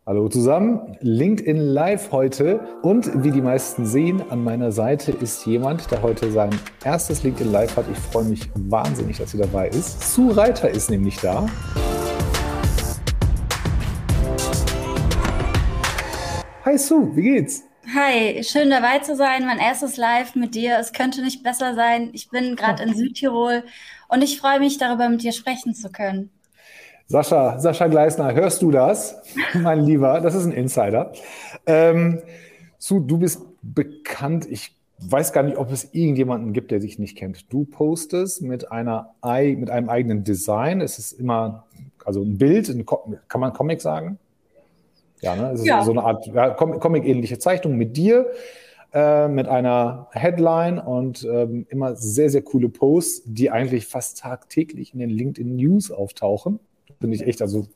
Hallo zusammen, LinkedIn Live heute und wie die meisten sehen, an meiner Seite ist jemand, der heute sein erstes LinkedIn Live hat. Ich freue mich wahnsinnig, dass sie dabei ist. Sue Reiter ist nämlich da. Hi Sue, wie geht's? Hi, schön dabei zu sein. Mein erstes Live mit dir. Es könnte nicht besser sein. Ich bin gerade in Südtirol und ich freue mich darüber, mit dir sprechen zu können. Sascha Gleisner, hörst du das? Mein Lieber, das ist ein Insider. Ähm, Sue, du bist bekannt. Ich weiß gar nicht, ob es irgendjemanden gibt, der dich nicht kennt. Du postest mit mit einem eigenen Design. Es ist immer, also ein Bild, kann man Comic sagen? Ja, ne? Es ist Ja, so eine Art ja, Comic-ähnliche Zeichnung mit dir, mit einer Headline und immer sehr, sehr coole Posts, die eigentlich fast tagtäglich in den LinkedIn News auftauchen. Finde ich echt also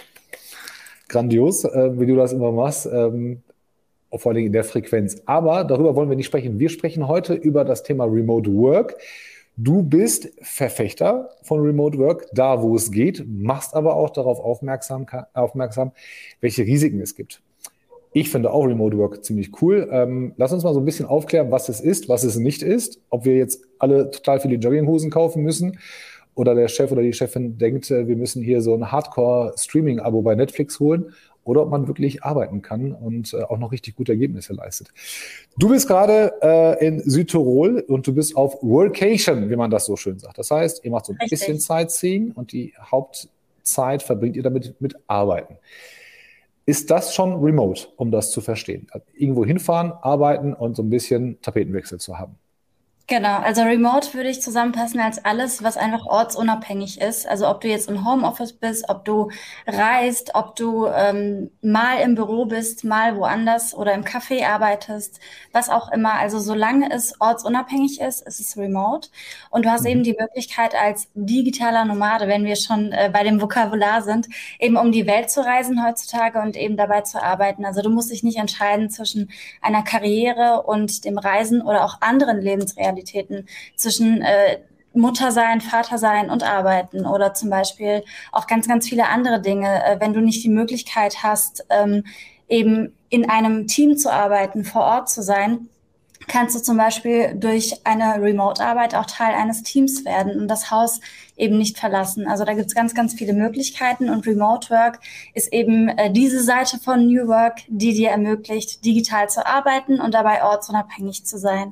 grandios, wie du das immer machst, vor allem in der Frequenz. Aber darüber wollen wir nicht sprechen. Wir sprechen heute über das Thema Remote Work. Du bist Verfechter von Remote Work, da wo es geht, machst aber auch darauf aufmerksam, welche Risiken es gibt. Ich finde auch Remote Work ziemlich cool. Lass uns mal so ein bisschen aufklären, was es ist, was es nicht ist. Ob wir jetzt alle total viele Jogginghosen kaufen müssen oder der Chef oder die Chefin denkt, wir müssen hier so ein Hardcore-Streaming-Abo bei Netflix holen oder ob man wirklich arbeiten kann und auch noch richtig gute Ergebnisse leistet. Du bist gerade in Südtirol und du bist auf Workation, wie man das so schön sagt. Das heißt, ihr macht so ein bisschen richtig. Sightseeing und die Hauptzeit verbringt ihr damit mit Arbeiten. Ist das schon remote, um das zu verstehen? Irgendwo hinfahren, arbeiten und so ein bisschen Tapetenwechsel zu haben. Genau, also Remote würde ich zusammenfassen als alles, was einfach ortsunabhängig ist. Also ob du jetzt im Homeoffice bist, ob du reist, ob du mal im Büro bist, mal woanders oder im Café arbeitest, was auch immer. Also solange es ortsunabhängig ist es Remote. Und du hast eben Mhm. die Möglichkeit als digitaler Nomade, wenn wir schon bei dem Vokabular sind, eben um die Welt zu reisen heutzutage und eben dabei zu arbeiten. Also du musst dich nicht entscheiden zwischen einer Karriere und dem Reisen oder auch anderen Lebensrealitäten zwischen Mutter sein, Vater sein und arbeiten oder zum Beispiel auch ganz, ganz viele andere Dinge. Wenn du nicht die Möglichkeit hast, eben in einem Team zu arbeiten, vor Ort zu sein, kannst du zum Beispiel durch eine Remote-Arbeit auch Teil eines Teams werden und das Haus eben nicht verlassen. Also da gibt's ganz, ganz viele Möglichkeiten und Remote Work ist eben diese Seite von New Work, die dir ermöglicht, digital zu arbeiten und dabei ortsunabhängig zu sein.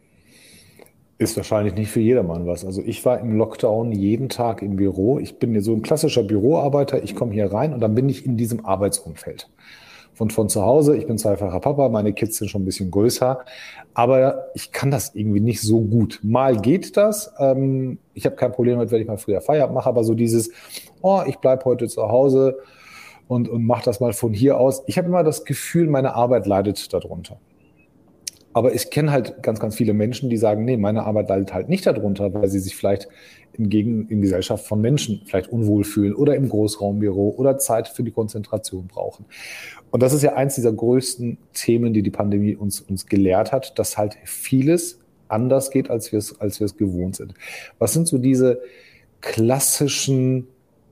Ist wahrscheinlich nicht für jedermann was. Also ich war im Lockdown jeden Tag im Büro. Ich bin ja so ein klassischer Büroarbeiter. Ich komme hier rein und dann bin ich in diesem Arbeitsumfeld. Von zu Hause, ich bin zweifacher Papa, meine Kids sind schon ein bisschen größer, aber ich kann das irgendwie nicht so gut. Mal geht das. Ich habe kein Problem damit, wenn ich mal früher Feierabend mache, aber so dieses, oh, ich bleibe heute zu Hause und mache das mal von hier aus. Ich habe immer das Gefühl, meine Arbeit leidet darunter. Aber ich kenne halt ganz, ganz viele Menschen, die sagen, nee, meine Arbeit leidet halt nicht darunter, weil sie sich vielleicht in Gesellschaft von Menschen vielleicht unwohl fühlen oder im Großraumbüro oder Zeit für die Konzentration brauchen. Und das ist ja eins dieser größten Themen, die die Pandemie uns gelehrt hat, dass halt vieles anders geht, als wir es gewohnt sind. Was sind so diese klassischen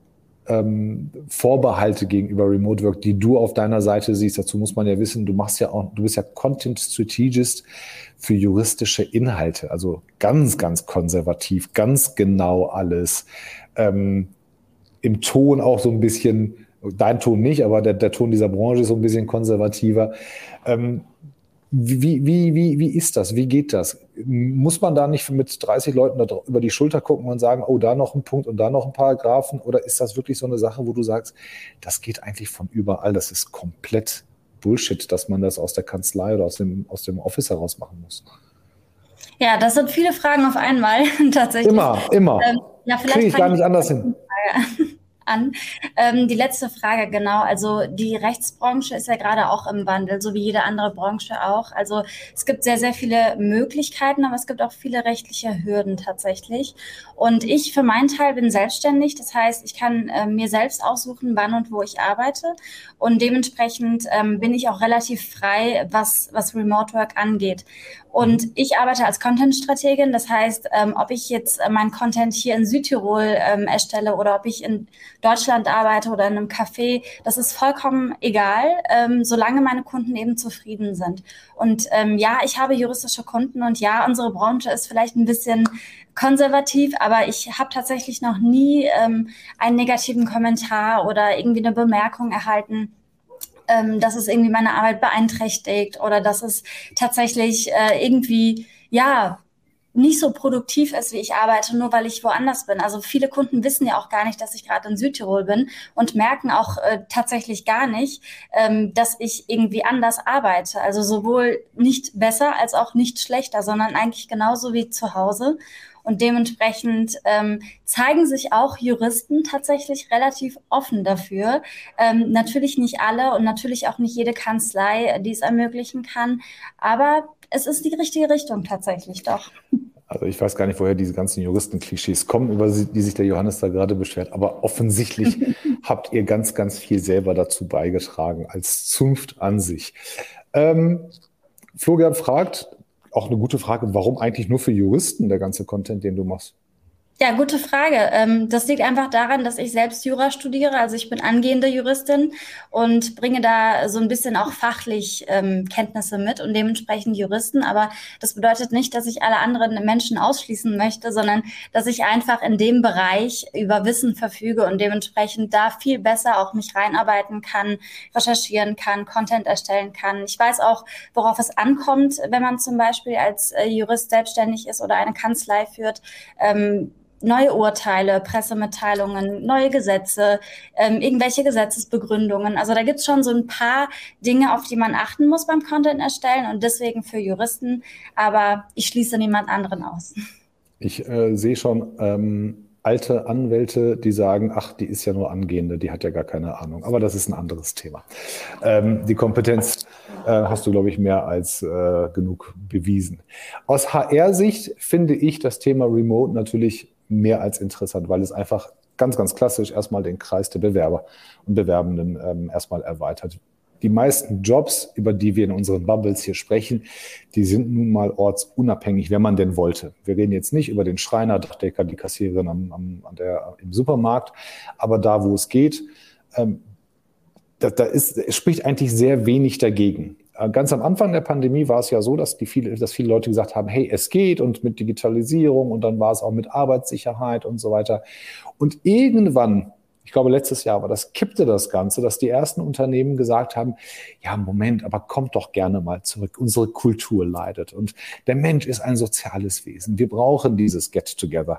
Vorbehalte gegenüber Remote Work, die du auf deiner Seite siehst? Dazu muss man ja wissen, du bist ja Content Strategist für juristische Inhalte, also ganz, ganz konservativ, ganz genau alles. Ähm, Im Ton auch so ein bisschen, dein Ton nicht, aber der Ton dieser Branche ist so ein bisschen konservativer. Ähm, wie ist das? Wie geht das? Muss man da nicht mit 30 Leuten über die Schulter gucken und sagen, oh, da noch ein Punkt und da noch ein Paragraphen? Oder ist das wirklich so eine Sache, wo du sagst, das geht eigentlich von überall, das ist komplett Bullshit, dass man das aus der Kanzlei oder aus dem Office heraus machen muss? Ja, das sind viele Fragen auf einmal tatsächlich. Immer, immer. Ja, Kriege vielleicht ich fange gar ich nicht mit der anders hin. letzten Frage an. Die letzte Frage, genau. Also die Rechtsbranche ist ja gerade auch im Wandel, so wie jede andere Branche auch. Also es gibt sehr, sehr viele Möglichkeiten, aber es gibt auch viele rechtliche Hürden tatsächlich. Und ich für meinen Teil bin selbstständig. Das heißt, ich kann mir selbst aussuchen, wann und wo ich arbeite. Und dementsprechend bin ich auch relativ frei, was Remote Work angeht. Und ich arbeite als Content-Strategin. Das heißt, ob ich jetzt meinen Content hier in Südtirol erstelle oder ob ich in Deutschland arbeite oder in einem Café, das ist vollkommen egal, solange meine Kunden eben zufrieden sind. Und ja, ich habe juristische Kunden und ja, unsere Branche ist vielleicht ein bisschen konservativ, aber ich habe tatsächlich noch nie einen negativen Kommentar oder irgendwie eine Bemerkung erhalten, dass es irgendwie meine Arbeit beeinträchtigt oder dass es tatsächlich irgendwie, ja, nicht so produktiv ist, wie ich arbeite, nur weil ich woanders bin. Also viele Kunden wissen ja auch gar nicht, dass ich gerade in Südtirol bin und merken auch tatsächlich gar nicht, dass ich irgendwie anders arbeite. Also sowohl nicht besser als auch nicht schlechter, sondern eigentlich genauso wie zu Hause. Und dementsprechend zeigen sich auch Juristen tatsächlich relativ offen dafür. Natürlich nicht alle und natürlich auch nicht jede Kanzlei, die es ermöglichen kann. Aber es ist die richtige Richtung tatsächlich doch. Also ich weiß gar nicht, woher diese ganzen Juristen-Klischees kommen, über die sich der Johannes da gerade beschwert. Aber offensichtlich habt ihr ganz, ganz viel selber dazu beigetragen als Zunft an sich. Florian fragt, auch eine gute Frage, warum eigentlich nur für Juristen der ganze Content, den du machst? Ja, gute Frage. Das liegt einfach daran, dass ich selbst Jura studiere. Also ich bin angehende Juristin und bringe da so ein bisschen auch fachlich Kenntnisse mit und dementsprechend Juristen. Aber das bedeutet nicht, dass ich alle anderen Menschen ausschließen möchte, sondern dass ich einfach in dem Bereich über Wissen verfüge und dementsprechend da viel besser auch mich reinarbeiten kann, recherchieren kann, Content erstellen kann. Ich weiß auch, worauf es ankommt, wenn man zum Beispiel als Jurist selbstständig ist oder eine Kanzlei führt. Neue Urteile, Pressemitteilungen, neue Gesetze, irgendwelche Gesetzesbegründungen. Also da gibt's schon so ein paar Dinge, auf die man achten muss beim Content erstellen und deswegen für Juristen. Aber ich schließe niemand anderen aus. Ich sehe schon alte Anwälte, die sagen, ach, die ist ja nur Angehende, die hat ja gar keine Ahnung. Aber das ist ein anderes Thema. Die Kompetenz hast du, glaube ich, mehr als genug bewiesen. Aus HR-Sicht finde ich das Thema Remote natürlich mehr als interessant, weil es einfach ganz, ganz klassisch erstmal den Kreis der Bewerber und Bewerbenden erstmal erweitert. Die meisten Jobs, über die wir in unseren Bubbles hier sprechen, die sind nun mal ortsunabhängig, wenn man denn wollte. Wir reden jetzt nicht über den Schreiner, Dachdecker, die Kassiererin im Supermarkt, aber da, wo es geht, es spricht eigentlich sehr wenig dagegen. Ganz am Anfang der Pandemie war es ja so, dass viele Leute gesagt haben, hey, es geht und mit Digitalisierung und dann war es auch mit Arbeitssicherheit und so weiter. Und irgendwann, ich glaube letztes Jahr kippte das Ganze, dass die ersten Unternehmen gesagt haben, ja, Moment, aber kommt doch gerne mal zurück. Unsere Kultur leidet und der Mensch ist ein soziales Wesen. Wir brauchen dieses Get-Together.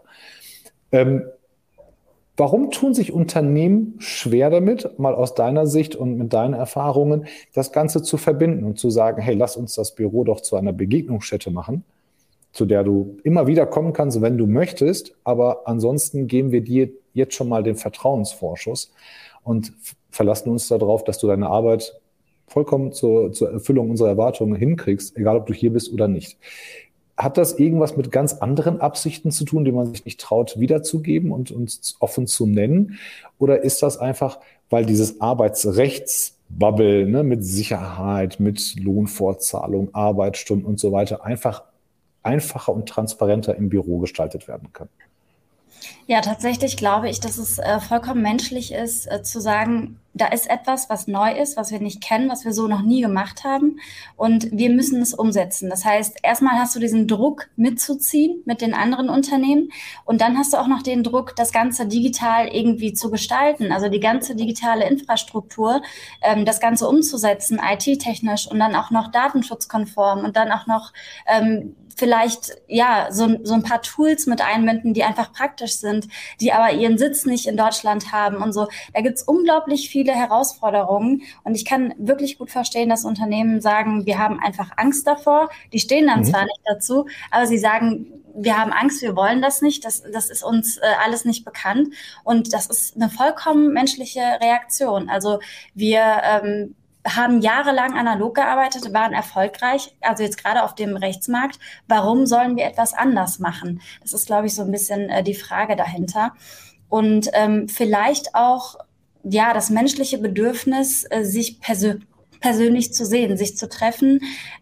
Warum tun sich Unternehmen schwer damit, mal aus deiner Sicht und mit deinen Erfahrungen, das Ganze zu verbinden und zu sagen, hey, lass uns das Büro doch zu einer Begegnungsstätte machen, zu der du immer wieder kommen kannst, wenn du möchtest, aber ansonsten geben wir dir jetzt schon mal den Vertrauensvorschuss und verlassen uns darauf, dass du deine Arbeit vollkommen zur Erfüllung unserer Erwartungen hinkriegst, egal ob du hier bist oder nicht. Hat das irgendwas mit ganz anderen Absichten zu tun, die man sich nicht traut, wiederzugeben und uns offen zu nennen? Oder ist das einfach, weil dieses Arbeitsrechtsbubble, ne, mit Sicherheit, mit Lohnfortzahlung, Arbeitsstunden und so weiter einfach einfacher und transparenter im Büro gestaltet werden kann? Ja, tatsächlich glaube ich, dass es vollkommen menschlich ist, zu sagen, da ist etwas, was neu ist, was wir nicht kennen, was wir so noch nie gemacht haben und wir müssen es umsetzen. Das heißt, erstmal hast du diesen Druck mitzuziehen mit den anderen Unternehmen und dann hast du auch noch den Druck, das Ganze digital irgendwie zu gestalten, also die ganze digitale Infrastruktur, das Ganze umzusetzen, IT-technisch und dann auch noch datenschutzkonform und dann auch noch vielleicht ja so ein paar Tools mit einbinden, die einfach praktisch sind, die aber ihren Sitz nicht in Deutschland haben und so. Da gibt's unglaublich viele Herausforderungen und ich kann wirklich gut verstehen, dass Unternehmen sagen, wir haben einfach Angst davor. Die stehen dann zwar nicht dazu, aber sie sagen, wir haben Angst, wir wollen das nicht, das ist uns alles nicht bekannt und das ist eine vollkommen menschliche Reaktion. Also wir haben jahrelang analog gearbeitet, waren erfolgreich, also jetzt gerade auf dem Rechtsmarkt. Warum sollen wir etwas anders machen? Das ist, glaube ich, so ein bisschen die Frage dahinter. Und vielleicht auch ja das menschliche Bedürfnis, sich persönlich zu sehen, sich zu treffen.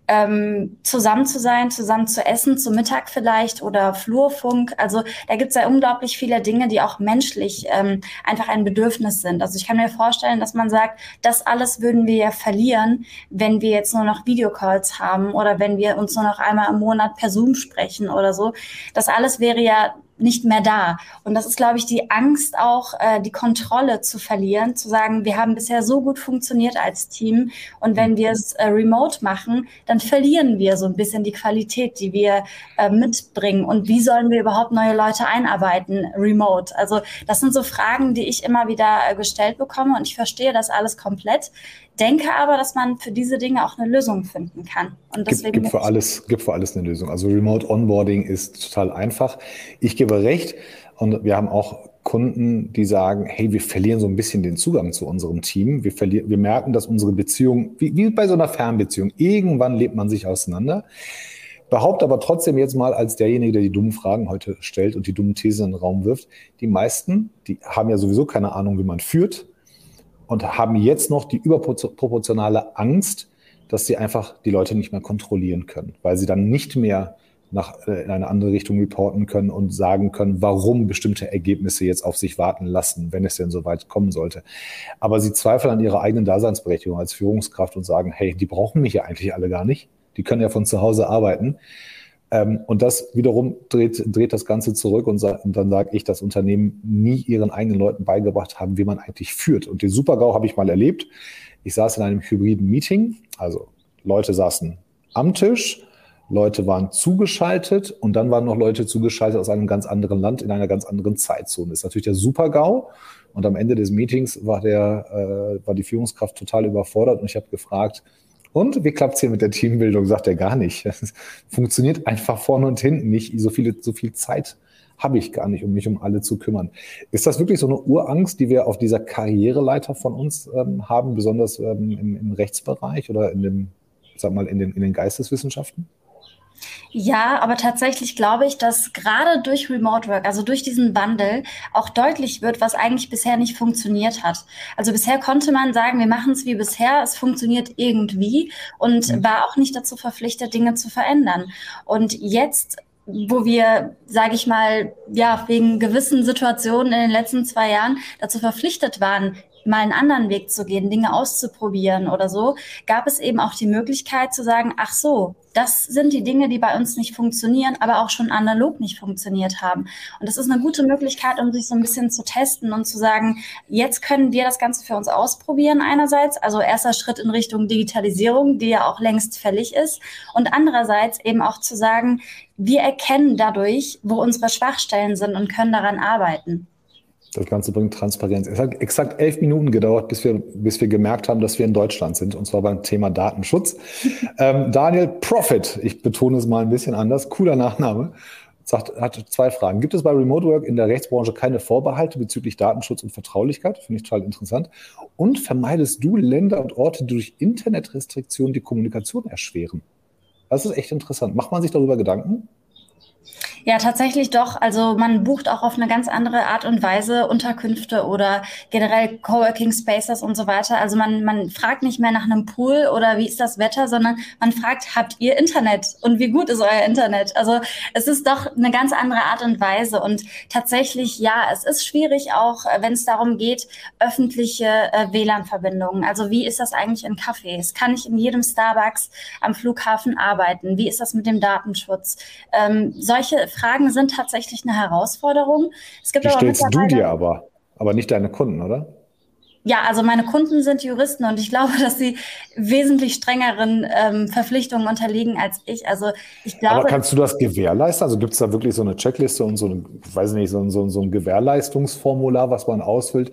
zusammen zu sein, zusammen zu essen, zu Mittag vielleicht oder Flurfunk. Also da gibt es ja unglaublich viele Dinge, die auch menschlich einfach ein Bedürfnis sind. Also ich kann mir vorstellen, dass man sagt, das alles würden wir ja verlieren, wenn wir jetzt nur noch Videocalls haben oder wenn wir uns nur noch einmal im Monat per Zoom sprechen oder so. Das alles wäre ja nicht mehr da. Und das ist, glaube ich, die Angst auch, die Kontrolle zu verlieren, zu sagen, wir haben bisher so gut funktioniert als Team und wenn wir es remote machen, dann verlieren wir so ein bisschen die Qualität, die wir mitbringen. Und wie sollen wir überhaupt neue Leute einarbeiten remote? Also das sind so Fragen, die ich immer wieder gestellt bekomme und ich verstehe das alles komplett, denke aber, dass man für diese Dinge auch eine Lösung finden kann. Und deswegen Gibt für alles eine Lösung. Also Remote Onboarding ist total einfach. Ich gebe recht und wir haben auch Kunden, die sagen, hey, wir verlieren so ein bisschen den Zugang zu unserem Team. Wir merken, dass unsere Beziehung, wie bei so einer Fernbeziehung, irgendwann lebt man sich auseinander. Behaupte aber trotzdem jetzt mal als derjenige, der die dummen Fragen heute stellt und die dummen Thesen in den Raum wirft, die meisten, die haben ja sowieso keine Ahnung, wie man führt, und haben jetzt noch die überproportionale Angst, dass sie einfach die Leute nicht mehr kontrollieren können, weil sie dann nicht mehr in eine andere Richtung reporten können und sagen können, warum bestimmte Ergebnisse jetzt auf sich warten lassen, wenn es denn so weit kommen sollte. Aber sie zweifeln an ihrer eigenen Daseinsberechtigung als Führungskraft und sagen, hey, die brauchen mich ja eigentlich alle gar nicht. Die können ja von zu Hause arbeiten. Und das wiederum dreht das Ganze zurück und dann sage ich, dass Unternehmen nie ihren eigenen Leuten beigebracht haben, wie man eigentlich führt. Und den Super-GAU habe ich mal erlebt. Ich saß in einem hybriden Meeting, also Leute saßen am Tisch, Leute waren zugeschaltet und dann waren noch Leute zugeschaltet aus einem ganz anderen Land in einer ganz anderen Zeitzone. Das ist natürlich der Super-GAU. Und am Ende des Meetings war die Führungskraft total überfordert und ich habe gefragt, und wie klappt's hier mit der Teambildung? Sagt er gar nicht. Das funktioniert einfach vorne und hinten nicht. So viel Zeit habe ich gar nicht, um mich um alle zu kümmern. Ist das wirklich so eine Urangst, die wir auf dieser Karriereleiter von uns haben, besonders im Rechtsbereich oder in den Geisteswissenschaften? Ja, aber tatsächlich glaube ich, dass gerade durch Remote Work, also durch diesen Wandel, auch deutlich wird, was eigentlich bisher nicht funktioniert hat. Also bisher konnte man sagen, wir machen es wie bisher, es funktioniert irgendwie und war auch nicht dazu verpflichtet, Dinge zu verändern. Und jetzt, wo wir, sage ich mal, ja, wegen gewissen Situationen in den letzten 2 Jahren dazu verpflichtet waren, mal einen anderen Weg zu gehen, Dinge auszuprobieren oder so, gab es eben auch die Möglichkeit zu sagen, ach so, das sind die Dinge, die bei uns nicht funktionieren, aber auch schon analog nicht funktioniert haben. Und das ist eine gute Möglichkeit, um sich so ein bisschen zu testen und zu sagen, jetzt können wir das Ganze für uns ausprobieren einerseits, also erster Schritt in Richtung Digitalisierung, die ja auch längst fällig ist, und andererseits eben auch zu sagen, wir erkennen dadurch, wo unsere Schwachstellen sind und können daran arbeiten. Das Ganze bringt Transparenz. Es hat exakt 11 Minuten gedauert, bis wir gemerkt haben, dass wir in Deutschland sind, und zwar beim Thema Datenschutz. Daniel Profit, ich betone es mal ein bisschen anders, cooler Nachname, hat 2 Fragen. Gibt es bei Remote Work in der Rechtsbranche keine Vorbehalte bezüglich Datenschutz und Vertraulichkeit? Finde ich total interessant. Und vermeidest du Länder und Orte, die durch Internetrestriktionen die Kommunikation erschweren? Das ist echt interessant. Macht man sich darüber Gedanken? Ja, tatsächlich doch. Also man bucht auch auf eine ganz andere Art und Weise Unterkünfte oder generell Coworking Spaces und so weiter. Also man fragt nicht mehr nach einem Pool oder wie ist das Wetter, sondern man fragt, habt ihr Internet und wie gut ist euer Internet? Also es ist doch eine ganz andere Art und Weise. Und tatsächlich, ja, es ist schwierig auch, wenn es darum geht, öffentliche WLAN-Verbindungen. Also wie ist das eigentlich in Cafés? Kann ich in jedem Starbucks am Flughafen arbeiten? Wie ist das mit dem Datenschutz? Solche Fragen sind tatsächlich eine Herausforderung. Es gibt Die aber stellst du dir mittlerweile, aber nicht deine Kunden, oder? ja, also meine Kunden sind Juristen und ich glaube, dass sie wesentlich strengeren Verpflichtungen unterliegen als ich. Also ich Aber glaube, kannst du das gewährleisten? Also gibt es da wirklich so eine Checkliste und so eine, weiß nicht, so ein Gewährleistungsformular, was man ausfüllt?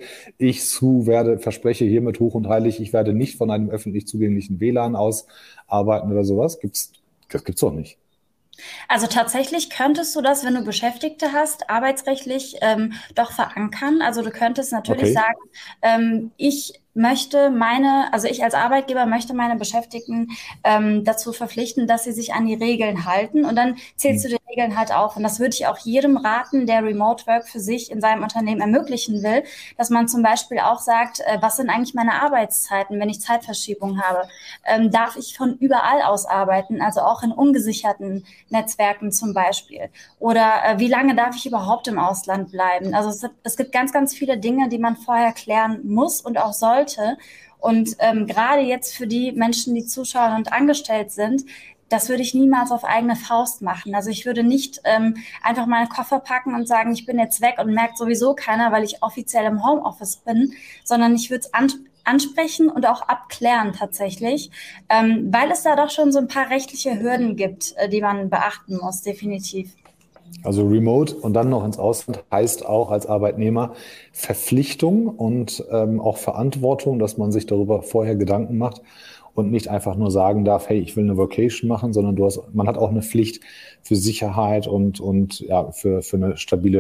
Verspreche hiermit hoch und heilig, ich werde nicht von einem öffentlich zugänglichen WLAN aus arbeiten oder sowas. Das gibt's doch nicht. also tatsächlich könntest du das, wenn du Beschäftigte hast, arbeitsrechtlich doch verankern. Also du könntest natürlich Okay. sagen, ich also ich als Arbeitgeber möchte meine Beschäftigten dazu verpflichten, dass sie sich an die Regeln halten und dann zählst du die Regeln halt auf. Und das würde ich auch jedem raten, der Remote Work für sich in seinem Unternehmen ermöglichen will, dass man zum Beispiel auch sagt, was sind eigentlich meine Arbeitszeiten, wenn ich Zeitverschiebung habe? Darf ich von überall aus arbeiten, also auch in ungesicherten Netzwerken zum Beispiel? Oder wie lange darf ich überhaupt im Ausland bleiben? Also es gibt ganz, ganz viele Dinge, die man vorher klären muss und auch sollte. Und gerade jetzt für die Menschen, die zuschauen und angestellt sind, das würde ich niemals auf eigene Faust machen. Also ich würde nicht einfach meine Koffer packen und sagen, ich bin jetzt weg und merkt sowieso keiner, weil ich offiziell im Homeoffice bin, sondern ich würde es ansprechen und auch abklären tatsächlich, weil es da doch schon so ein paar rechtliche Hürden gibt, die man beachten muss, definitiv. Also Remote und dann noch ins Ausland heißt auch als Arbeitnehmer Verpflichtung und auch Verantwortung, dass man sich darüber vorher Gedanken macht und nicht einfach nur sagen darf, hey, ich will eine Vacation machen, sondern man hat auch eine Pflicht für Sicherheit und ja, für eine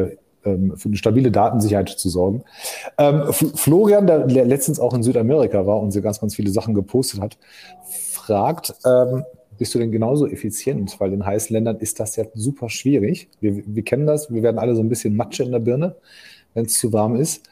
stabile Datensicherheit zu sorgen. Florian, der letztens auch in Südamerika war und so ganz, ganz viele Sachen gepostet hat, fragt, bist du denn genauso effizient? Weil in heißen Ländern ist das ja super schwierig. Wir kennen das, wir werden alle so ein bisschen Matsche in der Birne, wenn es zu warm ist.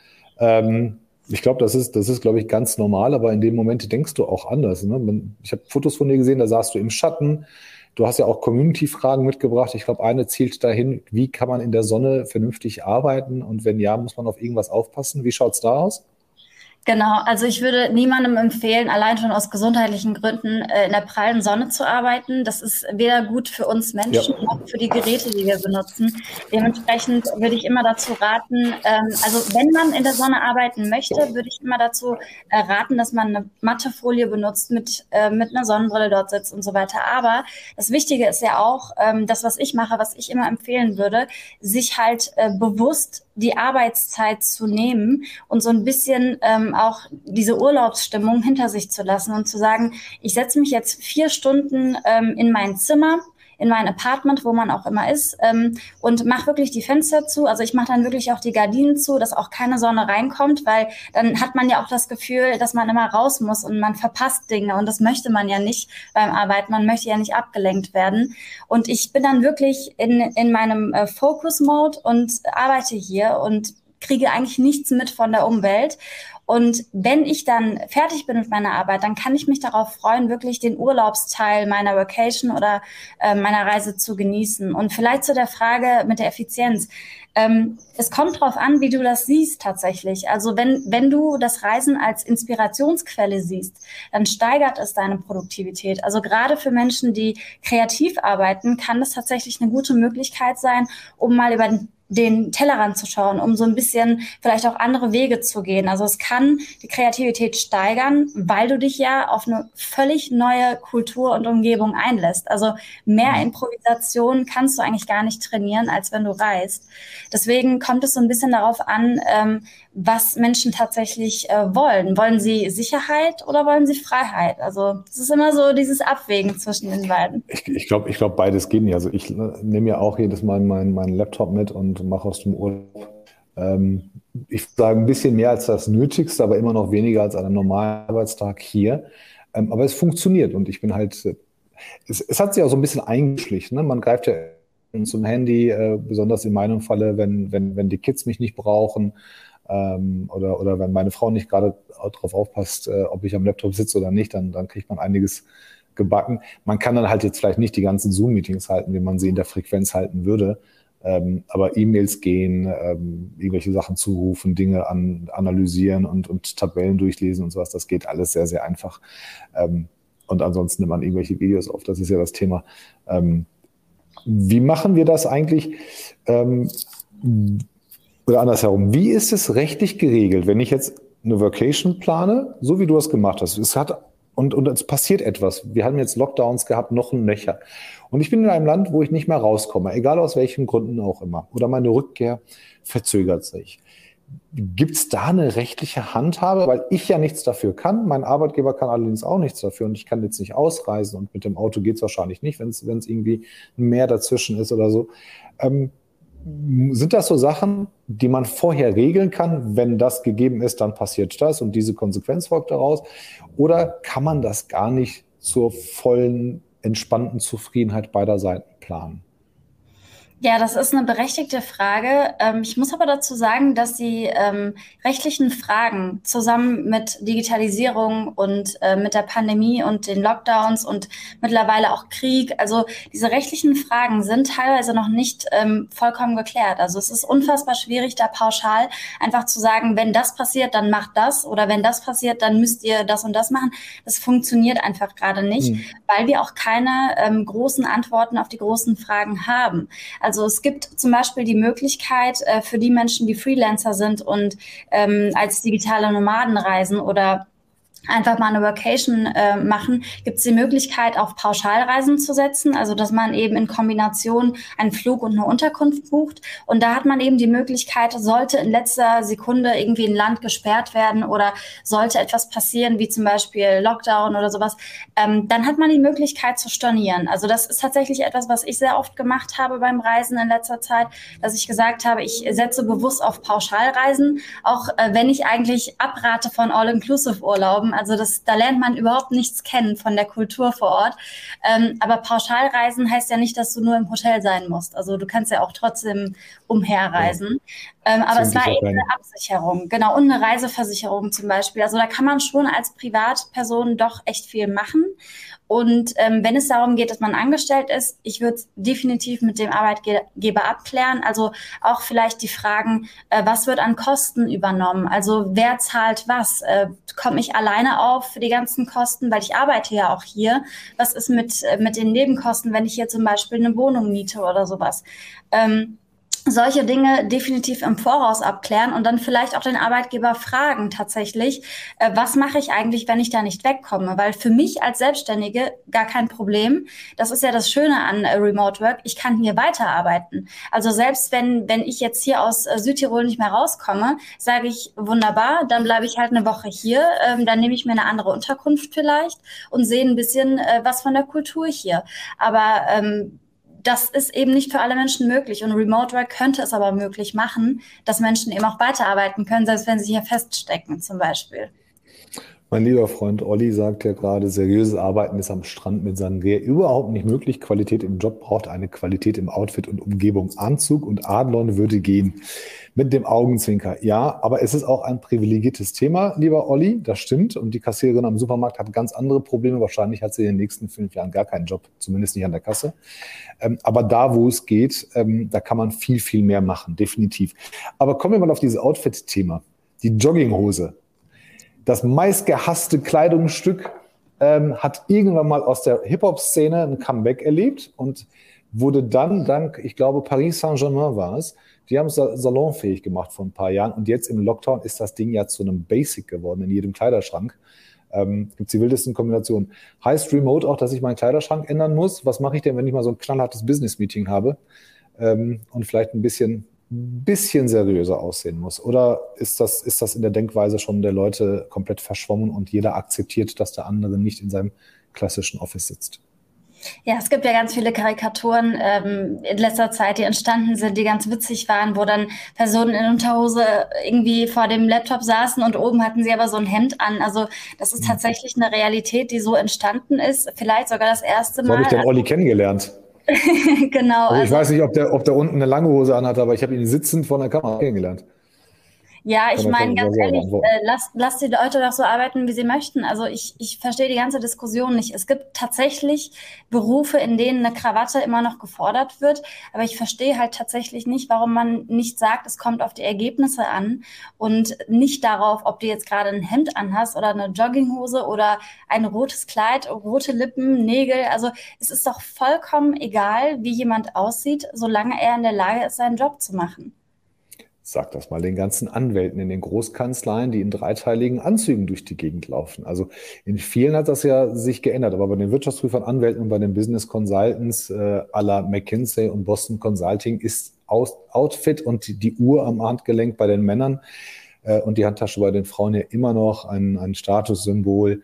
Ich glaube, das ist, glaube ich, ganz normal, aber in dem Moment denkst du auch anders. Ne? Ich habe Fotos von dir gesehen, da saßt du im Schatten. Du hast ja auch Community-Fragen mitgebracht. Ich glaube, eine zielt dahin, wie kann man in der Sonne vernünftig arbeiten? Und wenn ja, muss man auf irgendwas aufpassen? Wie schaut's da aus? Genau, also ich würde niemandem empfehlen, allein schon aus gesundheitlichen Gründen in der prallen Sonne zu arbeiten. Das ist weder gut für uns Ja. Menschen noch für die Geräte, die wir benutzen. Dementsprechend würde ich immer dazu raten, also wenn man in der Sonne arbeiten möchte, würde ich immer dazu raten, dass man eine matte Folie benutzt, mit einer Sonnenbrille dort sitzt und so weiter. Aber das Wichtige ist ja auch, das, was ich mache, was ich immer empfehlen würde, sich halt bewusst die Arbeitszeit zu nehmen und so ein bisschen auch diese Urlaubsstimmung hinter sich zu lassen und zu sagen, ich setze mich jetzt 4 Stunden in mein Zimmer, in mein Apartment, wo man auch immer ist, und mache wirklich die Fenster zu. Also ich mache dann wirklich auch die Gardinen zu, dass auch keine Sonne reinkommt, weil dann hat man ja auch das Gefühl, dass man immer raus muss und man verpasst Dinge. Und das möchte man ja nicht beim Arbeiten. Man möchte ja nicht abgelenkt werden. Und ich bin dann wirklich in meinem Focus-Mode und arbeite hier und kriege eigentlich nichts mit von der Umwelt. Und wenn ich dann fertig bin mit meiner Arbeit, dann kann ich mich darauf freuen, wirklich den Urlaubsteil meiner Vacation oder meiner Reise zu genießen. Und vielleicht zu der Frage mit der Effizienz. Es kommt drauf an, wie du das siehst tatsächlich. Also wenn du das Reisen als Inspirationsquelle siehst, dann steigert es deine Produktivität. Also gerade für Menschen, die kreativ arbeiten, kann das tatsächlich eine gute Möglichkeit sein, um mal über den Tellerrand zu schauen, um so ein bisschen vielleicht auch andere Wege zu gehen. Also es kann die Kreativität steigern, weil du dich ja auf eine völlig neue Kultur und Umgebung einlässt. Also mehr Improvisation kannst du eigentlich gar nicht trainieren, als wenn du reist. Deswegen kommt es so ein bisschen darauf an, was Menschen tatsächlich wollen. Wollen sie Sicherheit oder wollen sie Freiheit? Also es ist immer so dieses Abwägen zwischen den beiden. Ich glaube, beides geht nicht. Also ich nehme ja auch jedes Mal meinen Laptop mit und mache aus dem Urlaub, ich würde sagen, ein bisschen mehr als das Nötigste, aber immer noch weniger als an einem normalen Arbeitstag hier. Aber es funktioniert und ich bin halt, es hat sich auch so ein bisschen eingeschlichen. Ne? Man greift ja zum Handy, besonders in meinem Falle, wenn die Kids mich nicht brauchen, oder wenn meine Frau nicht gerade darauf aufpasst, ob ich am Laptop sitze oder nicht, dann kriegt man einiges gebacken. Man kann dann halt jetzt vielleicht nicht die ganzen Zoom-Meetings halten, wie man sie in der Frequenz halten würde, aber E-Mails gehen, irgendwelche Sachen zurufen, Dinge analysieren und Tabellen durchlesen und sowas, das geht alles sehr, sehr einfach. Und ansonsten nimmt man irgendwelche Videos auf, das ist ja das Thema. Wie machen wir das eigentlich? Oder andersherum, wie ist es rechtlich geregelt, wenn ich jetzt eine Vacation plane, so wie du das gemacht hast? Und es passiert etwas. Wir haben jetzt Lockdowns gehabt, noch ein Nöcher. Und ich bin in einem Land, wo ich nicht mehr rauskomme, egal aus welchen Gründen auch immer. Oder meine Rückkehr verzögert sich. Gibt es da eine rechtliche Handhabe? Weil ich ja nichts dafür kann. Mein Arbeitgeber kann allerdings auch nichts dafür. Und ich kann jetzt nicht ausreisen. Und mit dem Auto geht es wahrscheinlich nicht, wenn es irgendwie ein Meer dazwischen ist oder so. Sind das so Sachen, die man vorher regeln kann? Wenn das gegeben ist, dann passiert das und diese Konsequenz folgt daraus. Oder kann man das gar nicht zur vollen, entspannten Zufriedenheit beider Seiten planen? Ja, das ist eine berechtigte Frage. Ich muss aber dazu sagen, dass die rechtlichen Fragen zusammen mit Digitalisierung und mit der Pandemie und den Lockdowns und mittlerweile auch Krieg, also diese rechtlichen Fragen sind teilweise noch nicht vollkommen geklärt. Also es ist unfassbar schwierig, da pauschal einfach zu sagen, wenn das passiert, dann macht das oder wenn das passiert, dann müsst ihr das und das machen. Das funktioniert einfach gerade nicht, weil wir auch keine großen Antworten auf die großen Fragen haben. Also es gibt zum Beispiel die Möglichkeit für die Menschen, die Freelancer sind und als digitale Nomaden reisen oder einfach mal eine Vacation machen, gibt es die Möglichkeit, auf Pauschalreisen zu setzen, also dass man eben in Kombination einen Flug und eine Unterkunft bucht. Und da hat man eben die Möglichkeit, sollte in letzter Sekunde irgendwie ein Land gesperrt werden oder sollte etwas passieren, wie zum Beispiel Lockdown oder sowas, dann hat man die Möglichkeit zu stornieren. Also das ist tatsächlich etwas, was ich sehr oft gemacht habe beim Reisen in letzter Zeit, dass ich gesagt habe, ich setze bewusst auf Pauschalreisen, auch wenn ich eigentlich abrate von All-Inclusive-Urlauben. Also da lernt man überhaupt nichts kennen von der Kultur vor Ort. Aber Pauschalreisen heißt ja nicht, dass du nur im Hotel sein musst. Also du kannst ja auch trotzdem umherreisen. Aber es war eben eine Absicherung, genau, und eine Reiseversicherung zum Beispiel. Also da kann man schon als Privatperson doch echt viel machen. Und wenn es darum geht, dass man angestellt ist, ich würde es definitiv mit dem Arbeitgeber abklären. Also auch vielleicht die Fragen, was wird an Kosten übernommen? Also wer zahlt was? Komme ich alleine auf für die ganzen Kosten? Weil ich arbeite ja auch hier. Was ist mit den Nebenkosten, wenn ich hier zum Beispiel eine Wohnung miete oder sowas? Solche Dinge definitiv im Voraus abklären und dann vielleicht auch den Arbeitgeber fragen tatsächlich, was mache ich eigentlich, wenn ich da nicht wegkomme? Weil für mich als Selbstständige gar kein Problem. Das ist ja das Schöne an Remote Work. Ich kann hier weiterarbeiten. Also selbst wenn ich jetzt hier aus Südtirol nicht mehr rauskomme, sage ich, wunderbar, dann bleibe ich halt eine Woche hier. Dann nehme ich mir eine andere Unterkunft vielleicht und sehe ein bisschen was von der Kultur hier. Aber das ist eben nicht für alle Menschen möglich. Und Remote Work könnte es aber möglich machen, dass Menschen eben auch weiterarbeiten können, selbst wenn sie hier feststecken zum Beispiel. Mein lieber Freund Olli sagt ja gerade, seriöses Arbeiten ist am Strand mit Sangria überhaupt nicht möglich. Qualität im Job braucht eine Qualität im Outfit und Umgebung. Anzug und Adlon würde gehen. Mit dem Augenzwinker. Ja, aber es ist auch ein privilegiertes Thema, lieber Olli. Das stimmt. Und die Kassiererin am Supermarkt hat ganz andere Probleme. Wahrscheinlich hat sie in den nächsten 5 Jahren gar keinen Job. Zumindest nicht an der Kasse. Aber da, wo es geht, da kann man viel, viel mehr machen. Definitiv. Aber kommen wir mal auf dieses Outfit-Thema. Die Jogginghose. Das meistgehasste Kleidungsstück hat irgendwann mal aus der Hip-Hop-Szene ein Comeback erlebt und wurde dann dank, ich glaube, Paris Saint-Germain war es, die haben es salonfähig gemacht vor ein paar Jahren und jetzt im Lockdown ist das Ding ja zu einem Basic geworden in jedem Kleiderschrank. Gibt es die wildesten Kombinationen. Heißt Remote auch, dass ich meinen Kleiderschrank ändern muss? Was mache ich denn, wenn ich mal so ein knallhartes Business-Meeting habe und vielleicht ein bisschen seriöser aussehen muss? Oder ist das in der Denkweise schon der Leute komplett verschwommen und jeder akzeptiert, dass der andere nicht in seinem klassischen Office sitzt? Ja, es gibt ja ganz viele Karikaturen in letzter Zeit, die entstanden sind, die ganz witzig waren, wo dann Personen in Unterhose irgendwie vor dem Laptop saßen und oben hatten sie aber so ein Hemd an. Also das ist tatsächlich eine Realität, die so entstanden ist. Vielleicht sogar das erste Mal. So habe ich den Olli kennengelernt. Genau. Also ich weiß nicht, ob der unten eine lange Hose anhat, aber ich habe ihn sitzend vor der Kamera kennengelernt. Ja, ich meine, ganz ehrlich, lass die Leute doch so arbeiten, wie sie möchten. Also ich verstehe die ganze Diskussion nicht. Es gibt tatsächlich Berufe, in denen eine Krawatte immer noch gefordert wird. Aber ich verstehe halt tatsächlich nicht, warum man nicht sagt, es kommt auf die Ergebnisse an und nicht darauf, ob du jetzt gerade ein Hemd anhast oder eine Jogginghose oder ein rotes Kleid, rote Lippen, Nägel. Also es ist doch vollkommen egal, wie jemand aussieht, solange er in der Lage ist, seinen Job zu machen. Sag das mal den ganzen Anwälten in den Großkanzleien, die in dreiteiligen Anzügen durch die Gegend laufen. Also in vielen hat das ja sich geändert, aber bei den Wirtschaftsprüfern, Anwälten und bei den Business Consultants à la McKinsey und Boston Consulting ist Outfit und die Uhr am Handgelenk bei den Männern und die Handtasche bei den Frauen ja immer noch ein Statussymbol.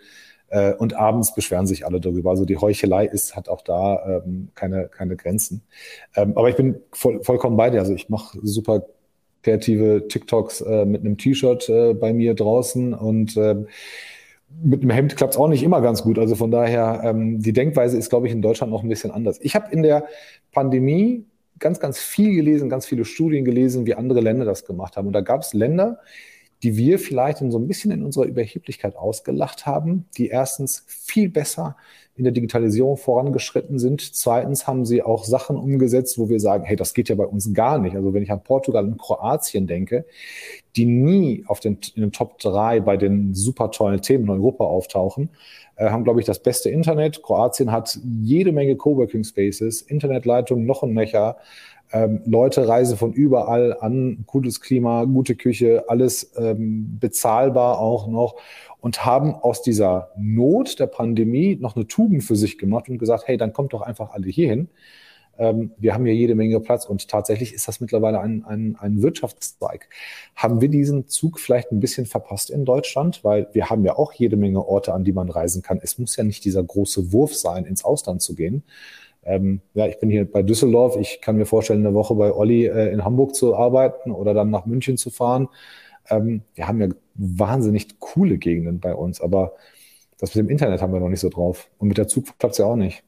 Und abends beschweren sich alle darüber. Also die Heuchelei hat auch da keine Grenzen. Aber ich bin vollkommen bei dir. Also ich mache super kreative TikToks mit einem T-Shirt bei mir draußen und mit einem Hemd klappt es auch nicht immer ganz gut. Also von daher, die Denkweise ist, glaube ich, in Deutschland noch ein bisschen anders. Ich habe in der Pandemie ganz viel gelesen, ganz viele Studien gelesen, wie andere Länder das gemacht haben. Und da gab es Länder, die wir vielleicht so ein bisschen in unserer Überheblichkeit ausgelacht haben, die erstens viel besser in der Digitalisierung vorangeschritten sind. Zweitens haben sie auch Sachen umgesetzt, wo wir sagen, hey, das geht ja bei uns gar nicht. Also wenn ich an Portugal und Kroatien denke, die nie in den Top 3 bei den super tollen Themen in Europa auftauchen, haben, glaube ich, das beste Internet. Kroatien hat jede Menge Coworking Spaces, Internetleitungen noch ein Mecher. Leute reisen von überall an, gutes Klima, gute Küche, alles bezahlbar auch noch und haben aus dieser Not der Pandemie noch eine Tugend für sich gemacht und gesagt, hey, dann kommt doch einfach alle hierhin. Wir haben hier jede Menge Platz und tatsächlich ist das mittlerweile ein Wirtschaftszweig. Haben wir diesen Zug vielleicht ein bisschen verpasst in Deutschland? Weil wir haben ja auch jede Menge Orte, an die man reisen kann. Es muss ja nicht dieser große Wurf sein, ins Ausland zu gehen. Ich bin hier bei Düsseldorf. Ich kann mir vorstellen, eine Woche bei Olli in Hamburg zu arbeiten oder dann nach München zu fahren. Wir haben ja wahnsinnig coole Gegenden bei uns, aber das mit dem Internet haben wir noch nicht so drauf. Und mit der Zug klappt es ja auch nicht.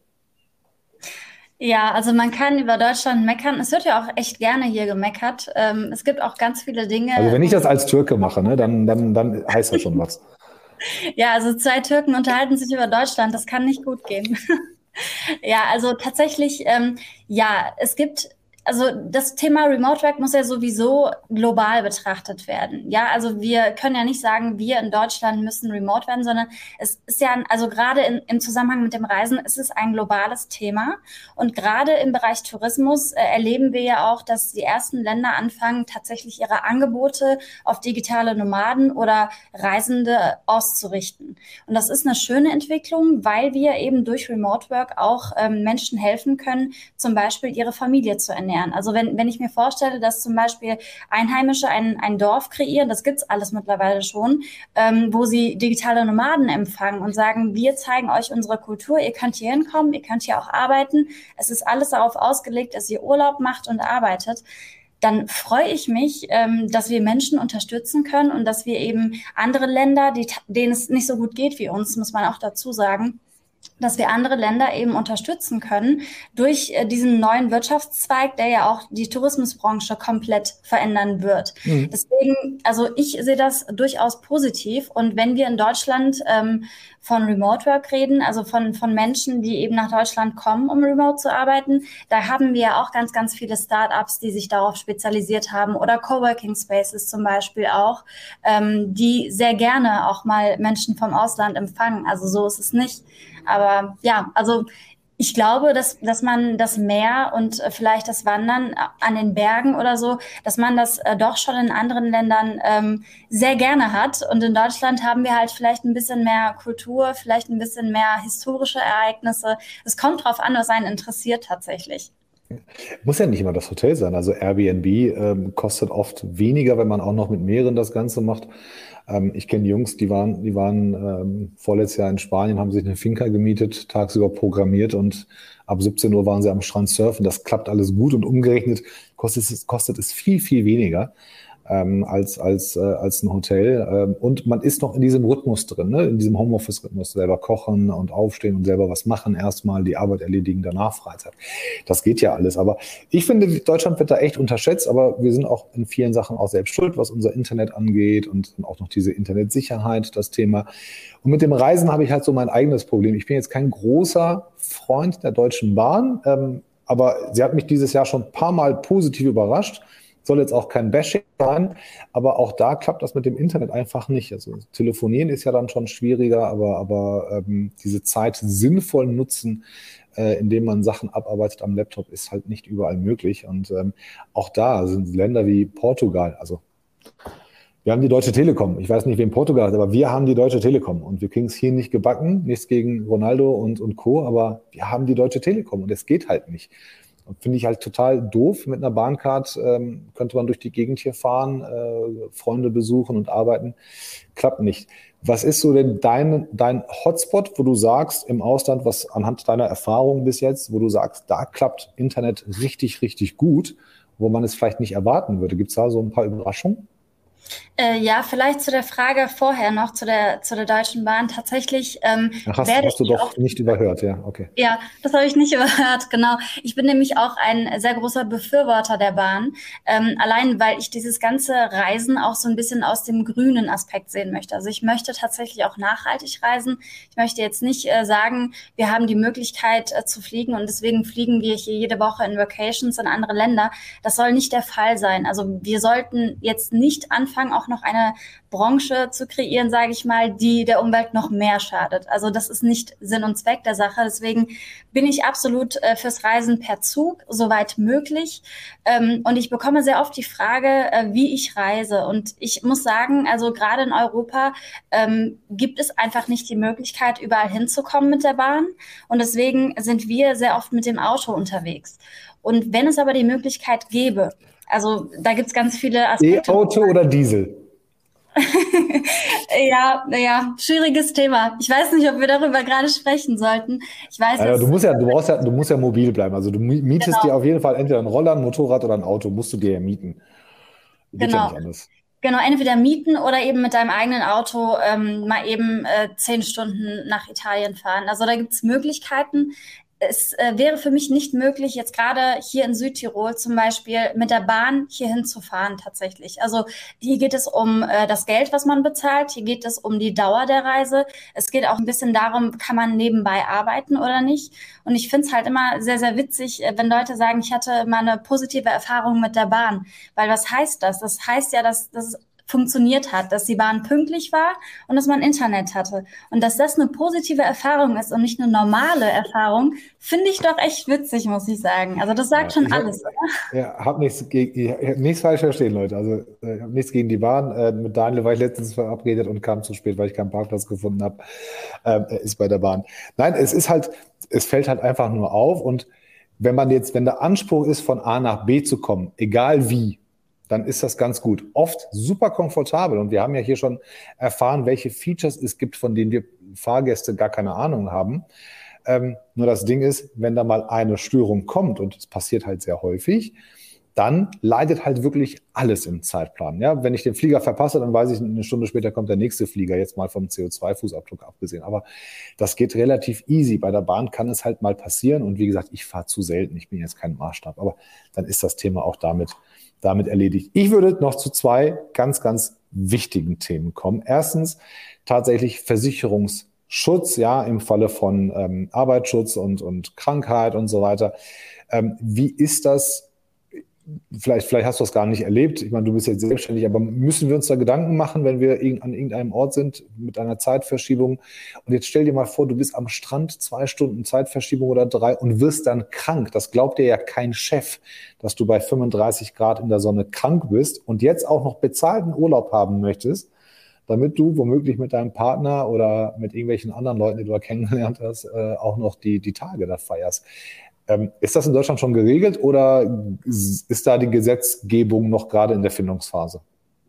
Ja, also man kann über Deutschland meckern. Es wird ja auch echt gerne hier gemeckert. Es gibt auch ganz viele Dinge. Also wenn ich das als Türke mache, ne, dann heißt das schon was. Ja, also zwei Türken unterhalten sich über Deutschland. Das kann nicht gut gehen. Ja, also tatsächlich, ja, also das Thema Remote Work muss ja sowieso global betrachtet werden. Ja, also wir können ja nicht sagen, wir in Deutschland müssen remote werden, sondern es ist ja, also gerade im Zusammenhang mit dem Reisen ist es ein globales Thema. Und gerade im Bereich Tourismus erleben wir ja auch, dass die ersten Länder anfangen, tatsächlich ihre Angebote auf digitale Nomaden oder Reisende auszurichten. Und das ist eine schöne Entwicklung, weil wir eben durch Remote Work auch Menschen helfen können, zum Beispiel ihre Familie zu ernähren. Also wenn ich mir vorstelle, dass zum Beispiel Einheimische ein Dorf kreieren, das gibt's alles mittlerweile schon, wo sie digitale Nomaden empfangen und sagen, wir zeigen euch unsere Kultur, ihr könnt hier hinkommen, ihr könnt hier auch arbeiten. Es ist alles darauf ausgelegt, dass ihr Urlaub macht und arbeitet. Dann freue ich mich, dass wir Menschen unterstützen können und dass wir eben andere Länder, denen es nicht so gut geht wie uns, muss man auch dazu sagen, dass wir andere Länder eben unterstützen können durch diesen neuen Wirtschaftszweig, der ja auch die Tourismusbranche komplett verändern wird. Mhm. Deswegen, also ich sehe das durchaus positiv. Und wenn wir in Deutschland von Remote Work reden, also von Menschen, die eben nach Deutschland kommen, um remote zu arbeiten, da haben wir ja auch ganz viele Startups, die sich darauf spezialisiert haben oder Coworking Spaces zum Beispiel auch, die sehr gerne auch mal Menschen vom Ausland empfangen. Also so ist es nicht. Aber ja, also ich glaube, dass man das Meer und vielleicht das Wandern an den Bergen oder so, dass man das doch schon in anderen Ländern sehr gerne hat. Und in Deutschland haben wir halt vielleicht ein bisschen mehr Kultur, vielleicht ein bisschen mehr historische Ereignisse. Es kommt drauf an, was einen interessiert tatsächlich. Muss ja nicht immer das Hotel sein. Also Airbnb kostet oft weniger, wenn man auch noch mit mehreren das Ganze macht. Ich kenne Jungs, die waren vorletztes Jahr in Spanien, haben sich eine Finca gemietet, tagsüber programmiert und ab 17 Uhr waren sie am Strand surfen. Das klappt alles gut und umgerechnet kostet es viel weniger als ein Hotel. Und man ist noch in diesem Rhythmus drin, ne? In diesem Homeoffice-Rhythmus, selber kochen und aufstehen und selber was machen, erstmal die Arbeit erledigen, danach Freizeit. Das geht ja alles. Aber ich finde, Deutschland wird da echt unterschätzt, aber wir sind auch in vielen Sachen auch selbst schuld, was unser Internet angeht und auch noch diese Internetsicherheit, das Thema. Und mit dem Reisen habe ich halt so mein eigenes Problem. Ich bin jetzt kein großer Freund der Deutschen Bahn, aber sie hat mich dieses Jahr schon ein paar Mal positiv überrascht. Soll jetzt auch kein Bashing sein, aber auch da klappt das mit dem Internet einfach nicht. Also telefonieren ist ja dann schon schwieriger, aber diese Zeit sinnvoll nutzen, indem man Sachen abarbeitet am Laptop, ist halt nicht überall möglich. Und auch da sind Länder wie Portugal, also wir haben die Deutsche Telekom. Ich weiß nicht, wem Portugal hat, aber wir haben die Deutsche Telekom und wir kriegen es hier nicht gebacken. Nichts gegen Ronaldo und Co., aber wir haben die Deutsche Telekom und es geht halt nicht. Finde ich halt total doof. Mit einer Bahncard könnte man durch die Gegend hier fahren, Freunde besuchen und arbeiten. Klappt nicht. Was ist so denn dein Hotspot, wo du sagst im Ausland, was anhand deiner Erfahrungen bis jetzt, wo du sagst, da klappt Internet richtig, richtig gut, wo man es vielleicht nicht erwarten würde? Gibt es da so ein paar Überraschungen? Ja, vielleicht zu der Frage vorher noch, zu der Deutschen Bahn. Tatsächlich Ach, werde hast du ich auch. doch nicht überhört, ja, okay. Ja, das habe ich nicht überhört, genau. Ich bin nämlich auch ein sehr großer Befürworter der Bahn, allein weil ich dieses ganze Reisen auch so ein bisschen aus dem grünen Aspekt sehen möchte. Also ich möchte tatsächlich auch nachhaltig reisen. Ich möchte jetzt nicht sagen, wir haben die Möglichkeit zu fliegen und deswegen fliegen wir hier jede Woche in Vacations in andere Länder. Das soll nicht der Fall sein. Also wir sollten jetzt nicht anfangen, auch noch eine Branche zu kreieren, sage ich mal, die der Umwelt noch mehr schadet. Also das ist nicht Sinn und Zweck der Sache. Deswegen bin ich absolut fürs Reisen per Zug, soweit möglich. Und ich bekomme sehr oft die Frage, wie ich reise. Und ich muss sagen, also gerade in Europa gibt es einfach nicht die Möglichkeit, überall hinzukommen mit der Bahn. Und deswegen sind wir sehr oft mit dem Auto unterwegs. Und wenn es aber die Möglichkeit gäbe, also da gibt es ganz viele Aspekte. E-Auto oder Diesel? Ja, schwieriges Thema. Ich weiß nicht, ob wir darüber gerade sprechen sollten. Ich weiß Also es, du musst ja mobil bleiben. Also du mietest dir genau, auf jeden Fall entweder ein Roller, ein Motorrad oder ein Auto, musst du dir ja mieten. Geht ja genau. nicht anders. Genau, entweder mieten oder eben mit deinem eigenen Auto mal eben 10 Stunden nach Italien fahren. Also da gibt's Möglichkeiten. Es wäre für mich nicht möglich, jetzt gerade hier in Südtirol zum Beispiel mit der Bahn hier hinzufahren tatsächlich. Also hier geht es um das Geld, was man bezahlt. Hier geht es um die Dauer der Reise. Es geht auch ein bisschen darum, kann man nebenbei arbeiten oder nicht. Und ich finde es halt immer sehr, sehr witzig, wenn Leute sagen, ich hatte mal eine positive Erfahrung mit der Bahn. Weil was heißt das? Das heißt ja, dass es funktioniert hat, dass die Bahn pünktlich war und dass man Internet hatte. Und dass das eine positive Erfahrung ist und nicht eine normale Erfahrung, finde ich doch echt witzig, muss ich sagen. Also das sagt Ja, schon alles, oder? hab ich hab nichts falsch verstehen, Leute. Also ich habe nichts gegen die Bahn. Mit Daniel war ich letztens verabredet und kam zu spät, weil ich keinen Parkplatz gefunden habe. Er ist bei der Bahn. Nein, es fällt halt einfach nur auf. Und wenn der Anspruch ist, von A nach B zu kommen, egal wie, dann ist das ganz gut. Oft super komfortabel. Und wir haben ja hier schon erfahren, welche Features es gibt, von denen wir Fahrgäste gar keine Ahnung haben. Nur das Ding ist, wenn da mal eine Störung kommt, und es passiert halt sehr häufig, dann leidet halt wirklich alles im Zeitplan. Ja, wenn ich den Flieger verpasse, dann weiß ich, eine Stunde später kommt der nächste Flieger, jetzt mal vom CO2-Fußabdruck abgesehen. Aber das geht relativ easy. Bei der Bahn kann es halt mal passieren. Und wie gesagt, ich fahre zu selten. Ich bin jetzt kein Maßstab. Aber dann ist das Thema auch damit erledigt. Ich würde noch zu zwei ganz, ganz wichtigen Themen kommen. Erstens tatsächlich Versicherungsschutz, ja, im Falle von Arbeitsschutz und Krankheit und so weiter. Wie ist das? Vielleicht hast du das gar nicht erlebt. Ich meine, du bist jetzt selbstständig, aber müssen wir uns da Gedanken machen, wenn wir an irgendeinem Ort sind mit einer Zeitverschiebung? Und jetzt stell dir mal vor, du bist am Strand, 2 Stunden Zeitverschiebung oder 3 und wirst dann krank. Das glaubt dir ja kein Chef, dass du bei 35 Grad in der Sonne krank bist und jetzt auch noch bezahlten Urlaub haben möchtest, damit du womöglich mit deinem Partner oder mit irgendwelchen anderen Leuten, die du da kennengelernt hast, auch noch die Tage da feierst. Ist das in Deutschland schon geregelt oder ist da die Gesetzgebung noch gerade in der Findungsphase?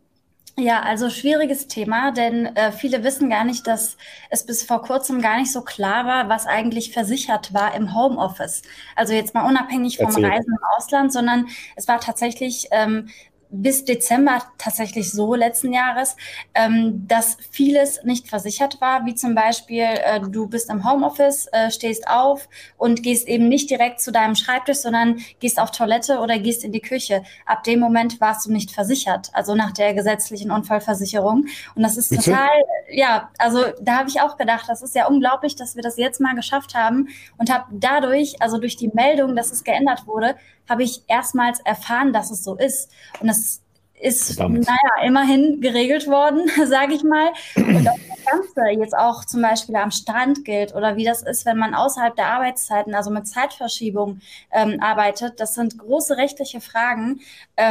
Ja, also schwieriges Thema, denn viele wissen gar nicht, dass es bis vor kurzem gar nicht so klar war, was eigentlich versichert war im Homeoffice. Also jetzt mal unabhängig vom Erzähl. Reisen im Ausland, sondern es war tatsächlich bis Dezember tatsächlich so letzten Jahres, dass vieles nicht versichert war, wie zum Beispiel du bist im Homeoffice, stehst auf und gehst eben nicht direkt zu deinem Schreibtisch, sondern gehst auf Toilette oder gehst in die Küche. Ab dem Moment warst du nicht versichert, also nach der gesetzlichen Unfallversicherung. Und das ist Bitte? total, ja, also da habe ich auch gedacht, das ist ja unglaublich, dass wir das jetzt mal geschafft haben und habe dadurch, also durch die Meldung, dass es geändert wurde, habe ich erstmals erfahren, dass es so ist. Und das ist, Verdammt. naja, immerhin geregelt worden, sage ich mal. Und auch das Ganze jetzt auch zum Beispiel am Strand gilt oder wie das ist, wenn man außerhalb der Arbeitszeiten, also mit Zeitverschiebung arbeitet, das sind große rechtliche Fragen,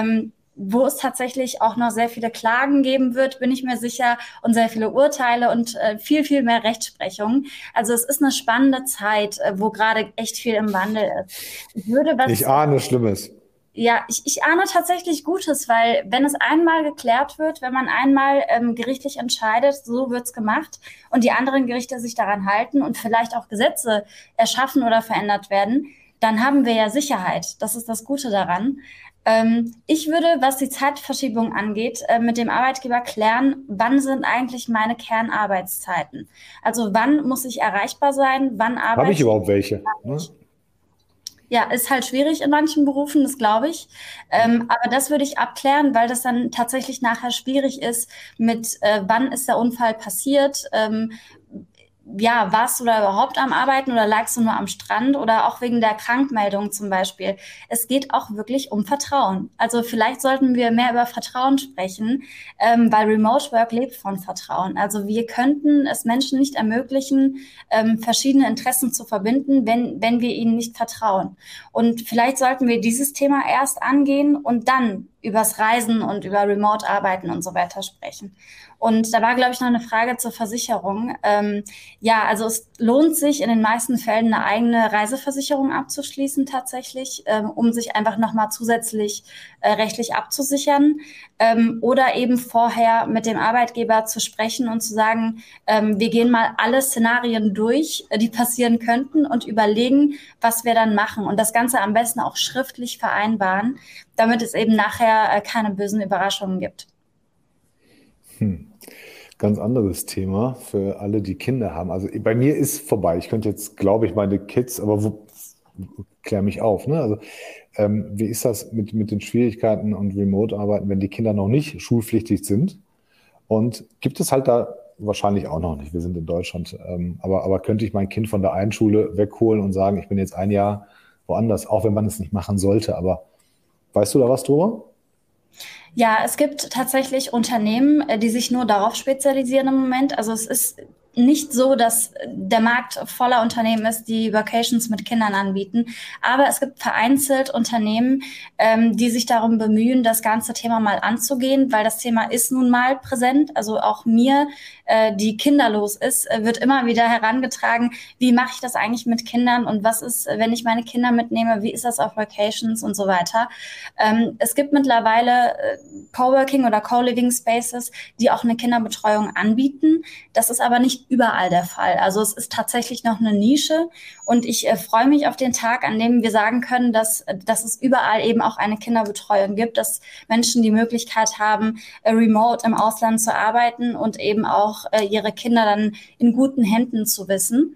wo es tatsächlich auch noch sehr viele Klagen geben wird, bin ich mir sicher, und sehr viele Urteile und viel, viel mehr Rechtsprechung. Also es ist eine spannende Zeit, wo gerade echt viel im Wandel ist. Ich würde was Ich ahne Schlimmes. Ja, ich ahne tatsächlich Gutes, weil wenn es einmal geklärt wird, wenn man einmal gerichtlich entscheidet, so wird's gemacht und die anderen Gerichte sich daran halten und vielleicht auch Gesetze erschaffen oder verändert werden, dann haben wir ja Sicherheit. Das ist das Gute daran. Ich würde, was die Zeitverschiebung angeht, mit dem Arbeitgeber klären, wann sind eigentlich meine Kernarbeitszeiten? Also wann muss ich erreichbar sein? Wann Habe ich arbeite überhaupt welche? Ne? ich? Ja, ist halt schwierig in manchen Berufen, das glaube ich. Aber das würde ich abklären, weil das dann tatsächlich nachher schwierig ist mit, wann ist der Unfall passiert, ja, warst du da überhaupt am Arbeiten oder lagst du nur am Strand oder auch wegen der Krankmeldung zum Beispiel? Es geht auch wirklich um Vertrauen. Also vielleicht sollten wir mehr über Vertrauen sprechen, weil Remote Work lebt von Vertrauen. Also wir könnten es Menschen nicht ermöglichen, verschiedene Interessen zu verbinden, wenn wir ihnen nicht vertrauen. Und vielleicht sollten wir dieses Thema erst angehen und dann übers Reisen und über Remote-Arbeiten und so weiter sprechen. Und da war, glaube ich, noch eine Frage zur Versicherung. Ja, also es lohnt sich in den meisten Fällen eine eigene Reiseversicherung abzuschließen tatsächlich, um sich einfach nochmal zusätzlich rechtlich abzusichern, oder eben vorher mit dem Arbeitgeber zu sprechen und zu sagen, wir gehen mal alle Szenarien durch, die passieren könnten und überlegen, was wir dann machen und das Ganze am besten auch schriftlich vereinbaren, damit es eben nachher keine bösen Überraschungen gibt. Ganz anderes Thema für alle, die Kinder haben. Also bei mir ist vorbei. Ich könnte jetzt, glaube ich, meine Kids, aber klär mich auf. Ne? Also wie ist das mit den Schwierigkeiten und Remote-Arbeiten, wenn die Kinder noch nicht schulpflichtig sind? Und gibt es halt da wahrscheinlich auch noch nicht. Wir sind in Deutschland. Aber könnte ich mein Kind von der einen Schule wegholen und sagen, ich bin jetzt ein Jahr woanders, auch wenn man es nicht machen sollte. Aber weißt du da was drüber? Ja, es gibt tatsächlich Unternehmen, die sich nur darauf spezialisieren im Moment. Also es ist nicht so, dass der Markt voller Unternehmen ist, die Vacations mit Kindern anbieten. Aber es gibt vereinzelt Unternehmen, die sich darum bemühen, das ganze Thema mal anzugehen, weil das Thema ist nun mal präsent. Also auch mir, die kinderlos ist, wird immer wieder herangetragen, wie mache ich das eigentlich mit Kindern und was ist, wenn ich meine Kinder mitnehme, wie ist das auf Vacations und so weiter. Es gibt mittlerweile Coworking oder Co-Living Spaces, die auch eine Kinderbetreuung anbieten. Das ist aber nicht überall der Fall. Also es ist tatsächlich noch eine Nische und ich freue mich auf den Tag, an dem wir sagen können, dass es überall eben auch eine Kinderbetreuung gibt, dass Menschen die Möglichkeit haben, remote im Ausland zu arbeiten und eben auch ihre Kinder dann in guten Händen zu wissen.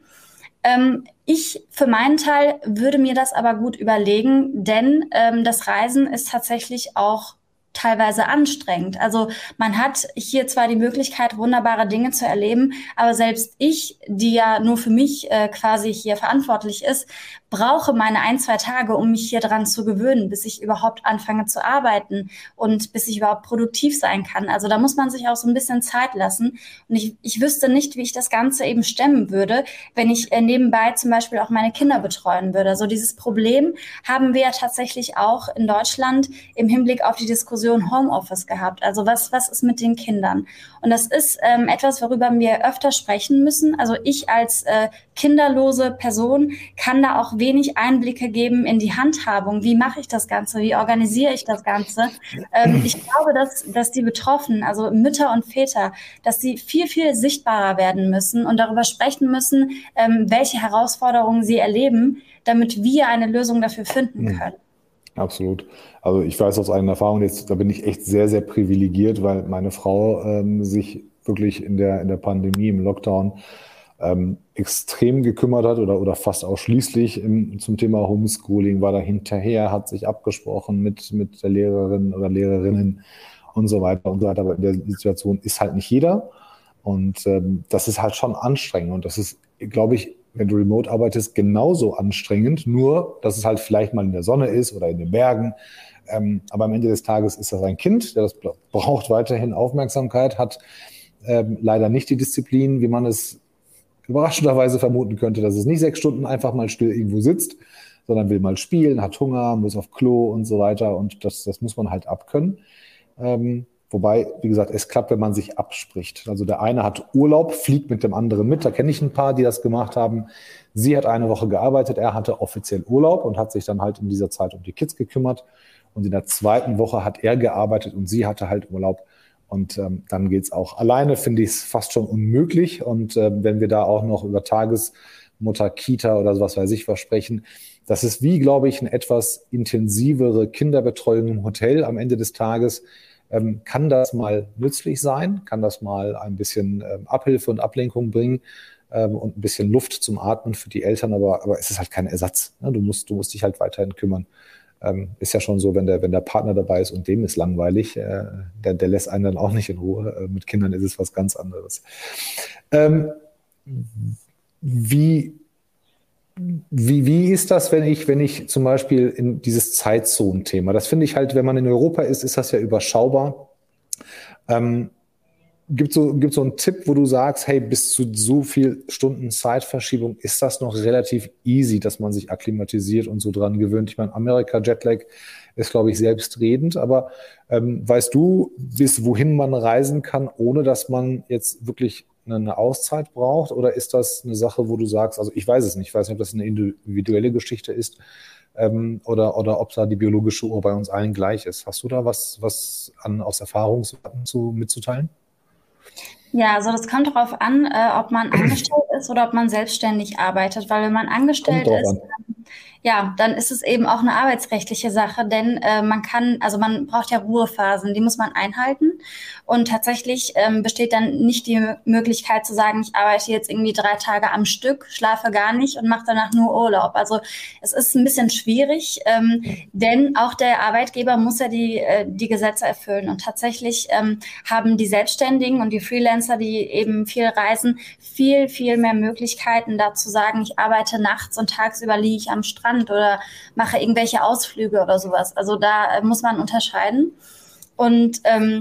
Ich für meinen Teil würde mir das aber gut überlegen, denn das Reisen ist tatsächlich auch teilweise anstrengend. Also man hat hier zwar die Möglichkeit, wunderbare Dinge zu erleben, aber selbst ich, die ja nur für mich quasi hier verantwortlich ist, brauche meine 1, 2 Tage, um mich hier dran zu gewöhnen, bis ich überhaupt anfange zu arbeiten und bis ich überhaupt produktiv sein kann. Also da muss man sich auch so ein bisschen Zeit lassen. Und ich wüsste nicht, wie ich das Ganze eben stemmen würde, wenn ich nebenbei zum Beispiel auch meine Kinder betreuen würde. Also dieses Problem haben wir ja tatsächlich auch in Deutschland im Hinblick auf die Diskussion Homeoffice gehabt. Also was ist mit den Kindern? Und das ist etwas, worüber wir öfter sprechen müssen. Also ich als kinderlose Person kann da auch wenig Einblicke geben in die Handhabung. Wie mache ich das Ganze? Wie organisiere ich das Ganze? Ich glaube, dass die Betroffenen, also Mütter und Väter, dass sie viel, viel sichtbarer werden müssen und darüber sprechen müssen, welche Herausforderungen sie erleben, damit wir eine Lösung dafür finden können. Absolut. Also ich weiß aus eigener Erfahrung, jetzt, da bin ich echt sehr, sehr privilegiert, weil meine Frau sich wirklich in der Pandemie, im Lockdown extrem gekümmert hat oder fast ausschließlich zum Thema Homeschooling, war da hinterher, hat sich abgesprochen mit der Lehrerin oder Lehrerinnen und so weiter und so weiter. Aber in der Situation ist halt nicht jeder. Und das ist halt schon anstrengend. Und das ist, glaube ich, wenn du remote arbeitest, genauso anstrengend, nur dass es halt vielleicht mal in der Sonne ist oder in den Bergen. Aber am Ende des Tages ist das ein Kind, der das braucht weiterhin Aufmerksamkeit, hat leider nicht die Disziplin, wie man es überraschenderweise vermuten könnte, dass es nicht 6 Stunden einfach mal still irgendwo sitzt, sondern will mal spielen, hat Hunger, muss auf Klo und so weiter. Und das muss man halt abkönnen. Wobei, wie gesagt, es klappt, wenn man sich abspricht. Also der eine hat Urlaub, fliegt mit dem anderen mit. Da kenne ich ein paar, die das gemacht haben. Sie hat eine Woche gearbeitet, er hatte offiziell Urlaub und hat sich dann halt in dieser Zeit um die Kids gekümmert. und in der zweiten Woche hat er gearbeitet und sie hatte halt Urlaub. Und dann geht's auch. Alleine finde ich es fast schon unmöglich. Und wenn wir da auch noch über Tagesmutter, Kita oder was weiß ich was sprechen, das ist wie, glaube ich, eine etwas intensivere Kinderbetreuung im Hotel am Ende des Tages. Kann das mal nützlich sein? Kann das mal ein bisschen Abhilfe und Ablenkung bringen und ein bisschen Luft zum Atmen für die Eltern? Aber es ist halt kein Ersatz. Ne? Du musst dich halt weiterhin kümmern. Ist ja schon so, wenn der Partner dabei ist und dem ist langweilig, der lässt einen dann auch nicht in Ruhe. Mit Kindern ist es was ganz anderes. Wie ist das, wenn ich zum Beispiel in dieses Zeitzonen-Thema, das finde ich halt, wenn man in Europa ist das ja überschaubar. Gibt so einen Tipp, wo du sagst, hey, bis zu so viel Stunden Zeitverschiebung ist das noch relativ easy, dass man sich akklimatisiert und so dran gewöhnt? Ich meine, Amerika Jetlag ist, glaube ich, selbstredend, aber weißt du, bis wohin man reisen kann, ohne dass man jetzt wirklich eine Auszeit braucht? Oder ist das eine Sache, wo du sagst, also ich weiß es nicht, ich weiß nicht, ob das eine individuelle Geschichte ist oder ob da die biologische Uhr bei uns allen gleich ist. Hast du da was aus Erfahrung mitzuteilen? Ja, also das kommt darauf an, ob man angestellt ist oder ob man selbstständig arbeitet. Weil wenn man Kommt angestellt drauf ist, an. ja, dann ist es eben auch eine arbeitsrechtliche Sache, denn man braucht ja Ruhephasen, die muss man einhalten. Und tatsächlich besteht dann nicht die Möglichkeit zu sagen, ich arbeite jetzt irgendwie 3 Tage am Stück, schlafe gar nicht und mache danach nur Urlaub. Also es ist ein bisschen schwierig, denn auch der Arbeitgeber muss ja die Gesetze erfüllen. Und tatsächlich haben die Selbstständigen und die Freelancer, die eben viel reisen, viel, viel mehr Möglichkeiten, da zu sagen, ich arbeite nachts und tagsüber liege ich am Strand oder mache irgendwelche Ausflüge oder sowas. Also da muss man unterscheiden. Und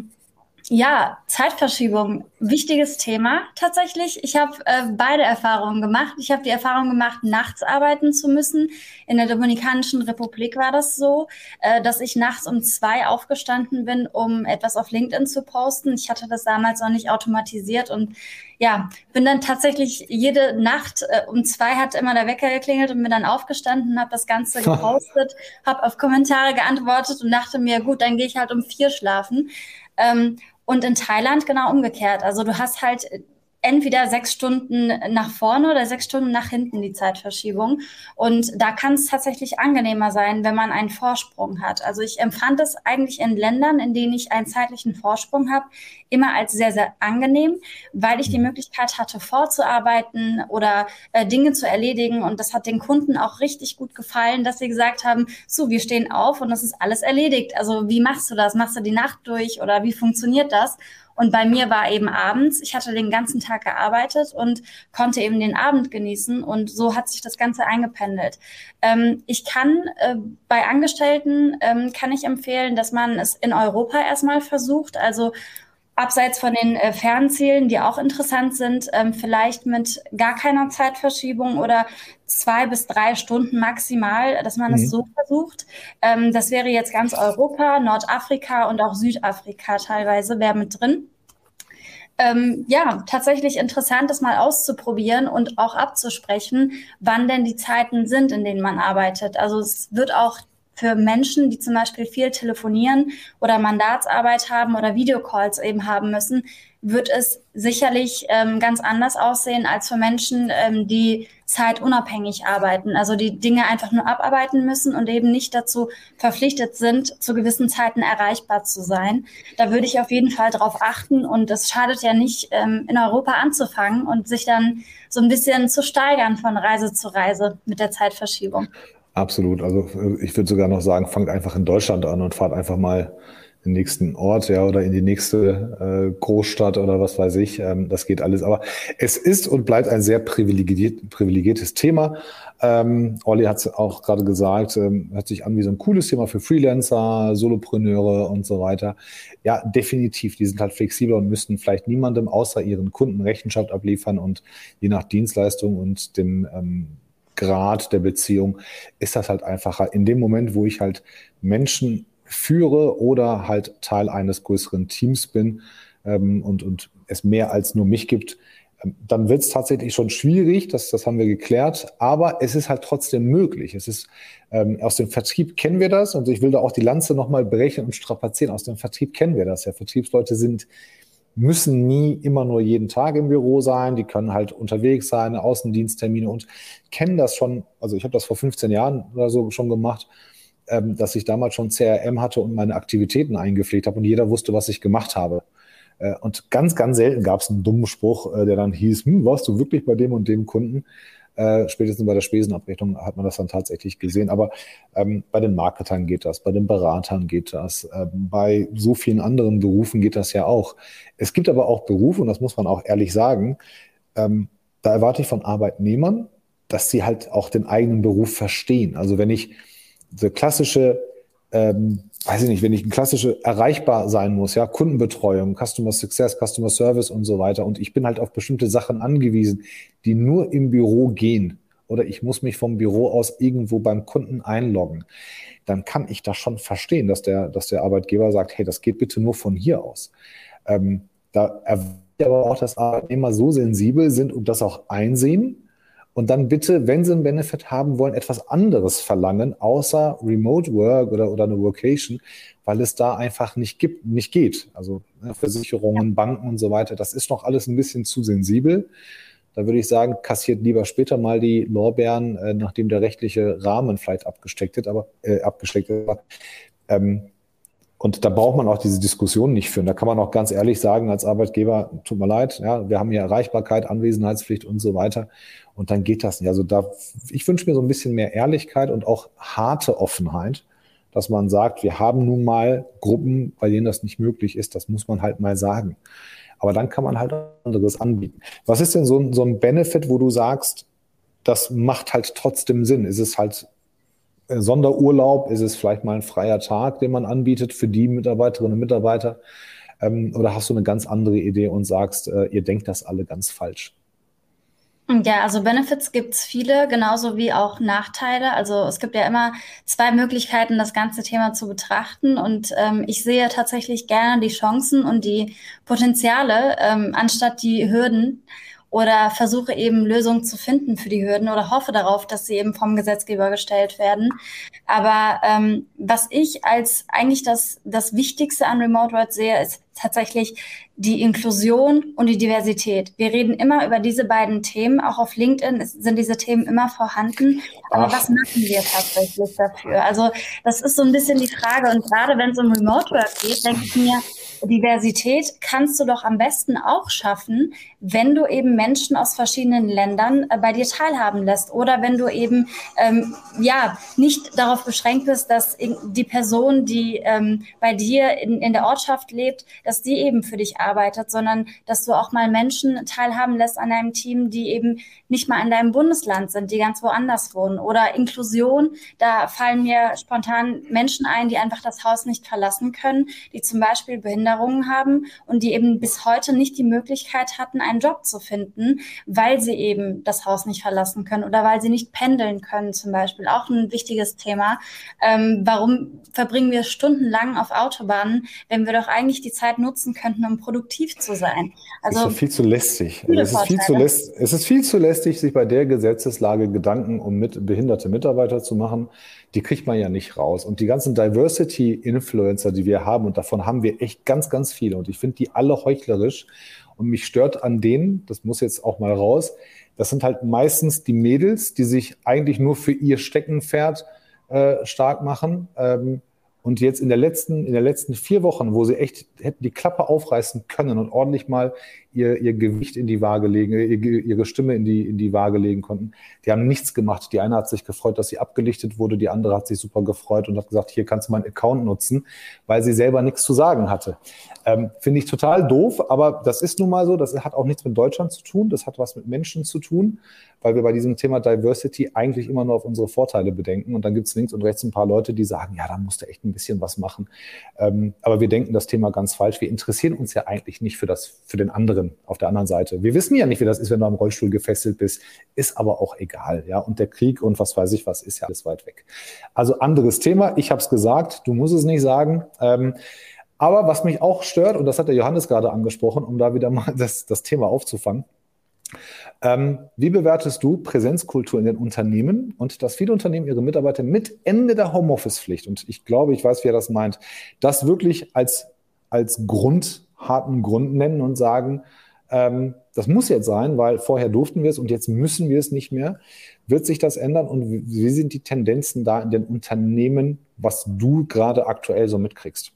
ja, Zeitverschiebung, wichtiges Thema tatsächlich. Ich habe beide Erfahrungen gemacht. Ich habe die Erfahrung gemacht, nachts arbeiten zu müssen. In der Dominikanischen Republik war das so, dass ich nachts um 2 aufgestanden bin, um etwas auf LinkedIn zu posten. Ich hatte das damals noch nicht automatisiert und ja, bin dann tatsächlich jede Nacht um 2 hat immer der Wecker geklingelt und bin dann aufgestanden, habe das Ganze gepostet, habe auf Kommentare geantwortet und dachte mir, gut, dann gehe ich halt um 4 schlafen. Und in Thailand genau umgekehrt. Also du hast halt entweder 6 Stunden nach vorne oder 6 Stunden nach hinten die Zeitverschiebung. Und da kann es tatsächlich angenehmer sein, wenn man einen Vorsprung hat. Also ich empfand es eigentlich in Ländern, in denen ich einen zeitlichen Vorsprung habe, immer als sehr, sehr angenehm, weil ich die Möglichkeit hatte, vorzuarbeiten oder Dinge zu erledigen. Und das hat den Kunden auch richtig gut gefallen, dass sie gesagt haben, so, wir stehen auf und das ist alles erledigt. Also wie machst du das? Machst du die Nacht durch oder wie funktioniert das? Und bei mir war eben abends, ich hatte den ganzen Tag gearbeitet und konnte eben den Abend genießen und so hat sich das Ganze eingependelt. Ich kann bei Angestellten kann ich empfehlen, dass man es in Europa erstmal versucht, also abseits von den Fernzielen, die auch interessant sind, vielleicht mit gar keiner Zeitverschiebung oder 2 bis 3 Stunden maximal, dass man es so versucht. Das wäre jetzt ganz Europa, Nordafrika und auch Südafrika teilweise wäre mit drin. Ja, tatsächlich interessant, das mal auszuprobieren und auch abzusprechen, wann denn die Zeiten sind, in denen man arbeitet. Also es wird auch für Menschen, die zum Beispiel viel telefonieren oder Mandatsarbeit haben oder Videocalls eben haben müssen, wird es sicherlich ganz anders aussehen als für Menschen, die zeitunabhängig arbeiten, also die Dinge einfach nur abarbeiten müssen und eben nicht dazu verpflichtet sind, zu gewissen Zeiten erreichbar zu sein. Da würde ich auf jeden Fall drauf achten und es schadet ja nicht, in Europa anzufangen und sich dann so ein bisschen zu steigern von Reise zu Reise mit der Zeitverschiebung. Absolut. Also ich würde sogar noch sagen, fangt einfach in Deutschland an und fahrt einfach mal in den nächsten Ort, ja, oder in die nächste Großstadt oder was weiß ich. Das geht alles. Aber es ist und bleibt ein sehr privilegiertes Thema. Olli hat es auch gerade gesagt, hört sich an wie so ein cooles Thema für Freelancer, Solopreneure und so weiter. Ja, definitiv. Die sind halt flexibler und müssten vielleicht niemandem außer ihren Kunden Rechenschaft abliefern und je nach Dienstleistung und dem Grad der Beziehung ist das halt einfacher. In dem Moment, wo ich halt Menschen führe oder halt Teil eines größeren Teams bin und es mehr als nur mich gibt, dann wird es tatsächlich schon schwierig, das haben wir geklärt, aber es ist halt trotzdem möglich. Es ist, aus dem Vertrieb kennen wir das, und ich will da auch die Lanze nochmal brechen und strapazieren. Aus dem Vertrieb kennen wir das. Ja, Vertriebsleute müssen nie immer nur jeden Tag im Büro sein, die können halt unterwegs sein, Außendiensttermine, und kennen das schon. Also ich habe das vor 15 Jahren oder so schon gemacht, dass ich damals schon CRM hatte und meine Aktivitäten eingepflegt habe und jeder wusste, was ich gemacht habe. Und ganz, ganz selten gab es einen dummen Spruch, der dann hieß, warst du wirklich bei dem und dem Kunden? Spätestens bei der Spesenabrechnung hat man das dann tatsächlich gesehen. Aber bei den Marketern geht das, bei den Beratern geht das, bei so vielen anderen Berufen geht das ja auch. Es gibt aber auch Berufe, und das muss man auch ehrlich sagen, da erwarte ich von Arbeitnehmern, dass sie halt auch den eigenen Beruf verstehen. Also wenn ich so klassische weiß ich nicht, wenn ich ein klassische erreichbar sein muss, ja, Kundenbetreuung, Customer Success, Customer Service und so weiter, und ich bin halt auf bestimmte Sachen angewiesen, die nur im Büro gehen, oder ich muss mich vom Büro aus irgendwo beim Kunden einloggen, dann kann ich das schon verstehen, dass der Arbeitgeber sagt, hey, das geht bitte nur von hier aus. Da erwarte ich aber auch, dass Arbeitnehmer so sensibel sind und das auch einsehen, und dann bitte, wenn sie einen Benefit haben wollen, etwas anderes verlangen, außer Remote Work oder eine Workation, weil es da einfach nicht geht. Also Versicherungen, Banken und so weiter, das ist noch alles ein bisschen zu sensibel. Da würde ich sagen, kassiert lieber später mal die Lorbeeren, nachdem der rechtliche Rahmen vielleicht abgesteckt ist. Und da braucht man auch diese Diskussion nicht führen. Da kann man auch ganz ehrlich sagen als Arbeitgeber, tut mir leid, ja, wir haben hier Erreichbarkeit, Anwesenheitspflicht und so weiter. Und dann geht das nicht. Also ich wünsche mir so ein bisschen mehr Ehrlichkeit und auch harte Offenheit, dass man sagt, wir haben nun mal Gruppen, bei denen das nicht möglich ist. Das muss man halt mal sagen. Aber dann kann man halt anderes anbieten. Was ist denn so ein Benefit, wo du sagst, das macht halt trotzdem Sinn? Ist es halt Sonderurlaub? Ist es vielleicht mal ein freier Tag, den man anbietet für die Mitarbeiterinnen und Mitarbeiter? Oder hast du eine ganz andere Idee und sagst, ihr denkt das alle ganz falsch? Ja, also Benefits gibt's viele, genauso wie auch Nachteile. Also es gibt ja immer zwei Möglichkeiten, das ganze Thema zu betrachten. Und ich sehe tatsächlich gerne die Chancen und die Potenziale, anstatt die Hürden, oder versuche eben Lösungen zu finden für die Hürden oder hoffe darauf, dass sie eben vom Gesetzgeber gestellt werden. Aber was ich als eigentlich das Wichtigste an Remote Work sehe, ist tatsächlich die Inklusion und die Diversität. Wir reden immer über diese beiden Themen. Auch auf LinkedIn sind diese Themen immer vorhanden. Aber was machen wir tatsächlich dafür? Also das ist so ein bisschen die Frage. Und gerade wenn es um Remote Work geht, denke ich mir, Diversität kannst du doch am besten auch schaffen, wenn du eben Menschen aus verschiedenen Ländern bei dir teilhaben lässt, oder wenn du eben nicht darauf beschränkt bist, dass die Person, die bei dir in der Ortschaft lebt, dass die eben für dich arbeitet, sondern dass du auch mal Menschen teilhaben lässt an einem Team, die eben nicht mal in deinem Bundesland sind, die ganz woanders wohnen. Oder Inklusion, da fallen mir spontan Menschen ein, die einfach das Haus nicht verlassen können, die zum Beispiel Behinderungen haben und die eben bis heute nicht die Möglichkeit hatten, einen Job zu finden, weil sie eben das Haus nicht verlassen können oder weil sie nicht pendeln können zum Beispiel. Auch ein wichtiges Thema. Warum verbringen wir stundenlang auf Autobahnen, wenn wir doch eigentlich die Zeit nutzen könnten, um produktiv zu sein? Also ist ja viel zu lästig. Also es ist viel zu lästig, sich bei der Gesetzeslage Gedanken um behinderte Mitarbeiter zu machen. Die kriegt man ja nicht raus. Und die ganzen Diversity-Influencer, die wir haben, und davon haben wir echt ganz, ganz viele. Und ich finde die alle heuchlerisch. Und mich stört an denen, das muss jetzt auch mal raus, das sind halt meistens die Mädels, die sich eigentlich nur für ihr Steckenpferd stark machen. Und jetzt in der letzten 4 Wochen, wo sie echt hätten die Klappe aufreißen können und ordentlich mal ihr Gewicht in die Waage legen, ihre Stimme in die Waage legen konnten, die haben nichts gemacht. Die eine hat sich gefreut, dass sie abgelichtet wurde, die andere hat sich super gefreut und hat gesagt, hier kannst du meinen Account nutzen, weil sie selber nichts zu sagen hatte. Finde ich total doof, aber das ist nun mal so, das hat auch nichts mit Deutschland zu tun, das hat was mit Menschen zu tun, weil wir bei diesem Thema Diversity eigentlich immer nur auf unsere Vorteile bedenken, und dann gibt es links und rechts ein paar Leute, die sagen, ja, da musst du echt ein bisschen was machen. Aber wir denken das Thema ganz falsch. Wir interessieren uns ja eigentlich nicht für den anderen auf der anderen Seite. Wir wissen ja nicht, wie das ist, wenn du am Rollstuhl gefesselt bist, ist aber auch egal, ja, und der Krieg und was weiß ich was, ist ja alles weit weg. Also anderes Thema, ich habe es gesagt, du musst es nicht sagen, aber was mich auch stört, und das hat der Johannes gerade angesprochen, um da wieder mal das Thema aufzufangen, Wie bewertest du Präsenzkultur in den Unternehmen und dass viele Unternehmen ihre Mitarbeiter mit Ende der Homeoffice-Pflicht, und ich glaube, ich weiß, wer das meint, das wirklich als harten Grund nennen und sagen, das muss jetzt sein, weil vorher durften wir es und jetzt müssen wir es nicht mehr. Wird sich das ändern und wie sind die Tendenzen da in den Unternehmen, was du gerade aktuell so mitkriegst?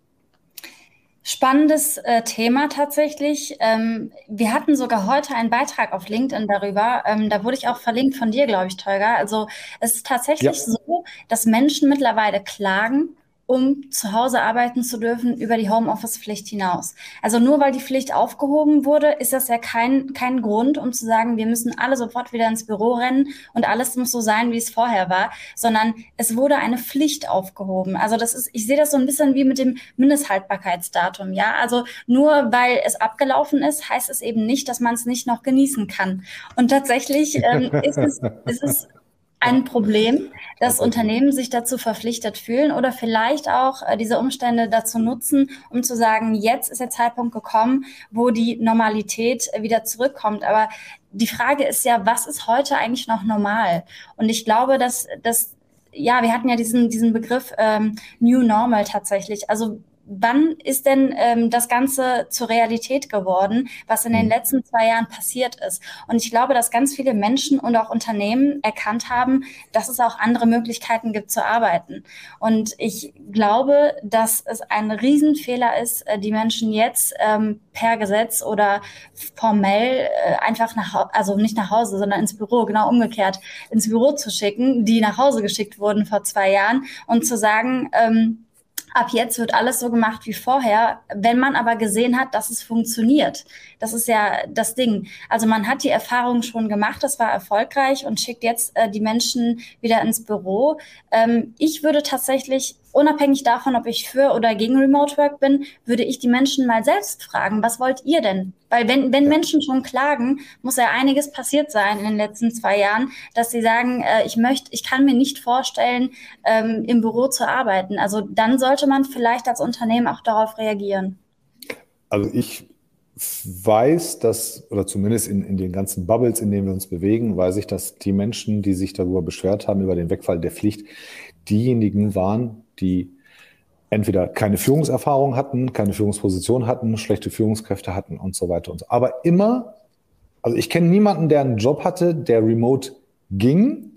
Spannendes Thema tatsächlich. Wir hatten sogar heute einen Beitrag auf LinkedIn darüber. Da wurde ich auch verlinkt von dir, glaube ich, Tolga. Also es ist Ja. tatsächlich so, dass Menschen mittlerweile klagen, um zu Hause arbeiten zu dürfen über die Homeoffice-Pflicht hinaus. Also nur weil die Pflicht aufgehoben wurde, ist das ja kein Grund, um zu sagen, wir müssen alle sofort wieder ins Büro rennen und alles muss so sein, wie es vorher war, sondern es wurde eine Pflicht aufgehoben. Also ich sehe das so ein bisschen wie mit dem Mindesthaltbarkeitsdatum, ja. Also nur weil es abgelaufen ist, heißt es eben nicht, dass man es nicht noch genießen kann. Und tatsächlich ist es ein Problem, dass Unternehmen sich dazu verpflichtet fühlen oder vielleicht auch diese Umstände dazu nutzen, um zu sagen, jetzt ist der Zeitpunkt gekommen, wo die Normalität wieder zurückkommt. Aber die Frage ist ja, was ist heute eigentlich noch normal? Und ich glaube, ja, wir hatten ja diesen Begriff New Normal tatsächlich. Also wann ist denn das Ganze zur Realität geworden, was in den letzten 2 Jahren passiert ist? Und ich glaube, dass ganz viele Menschen und auch Unternehmen erkannt haben, dass es auch andere Möglichkeiten gibt zu arbeiten. Und ich glaube, dass es ein Riesenfehler ist, die Menschen jetzt per Gesetz oder formell einfach also nicht nach Hause, sondern ins Büro, genau umgekehrt, ins Büro zu schicken, die nach Hause geschickt wurden vor 2 Jahren und zu sagen, ab jetzt wird alles so gemacht wie vorher, wenn man aber gesehen hat, dass es funktioniert. Das ist ja das Ding. Also man hat die Erfahrung schon gemacht, das war erfolgreich und schickt jetzt die Menschen wieder ins Büro. Ich würde tatsächlich, unabhängig davon, ob ich für oder gegen Remote Work bin, würde ich die Menschen mal selbst fragen, was wollt ihr denn? Weil wenn Menschen schon klagen, muss ja einiges passiert sein in den letzten 2 Jahren, dass sie sagen, ich kann mir nicht vorstellen, im Büro zu arbeiten. Also dann sollte man vielleicht als Unternehmen auch darauf reagieren. Also ich weiß, dass, oder zumindest in den ganzen Bubbles, in denen wir uns bewegen, weiß ich, dass die Menschen, die sich darüber beschwert haben, über den Wegfall der Pflicht, diejenigen waren, die entweder keine Führungserfahrung hatten, keine Führungsposition hatten, schlechte Führungskräfte hatten und so weiter und so. Aber immer, also ich kenne niemanden, der einen Job hatte, der remote ging,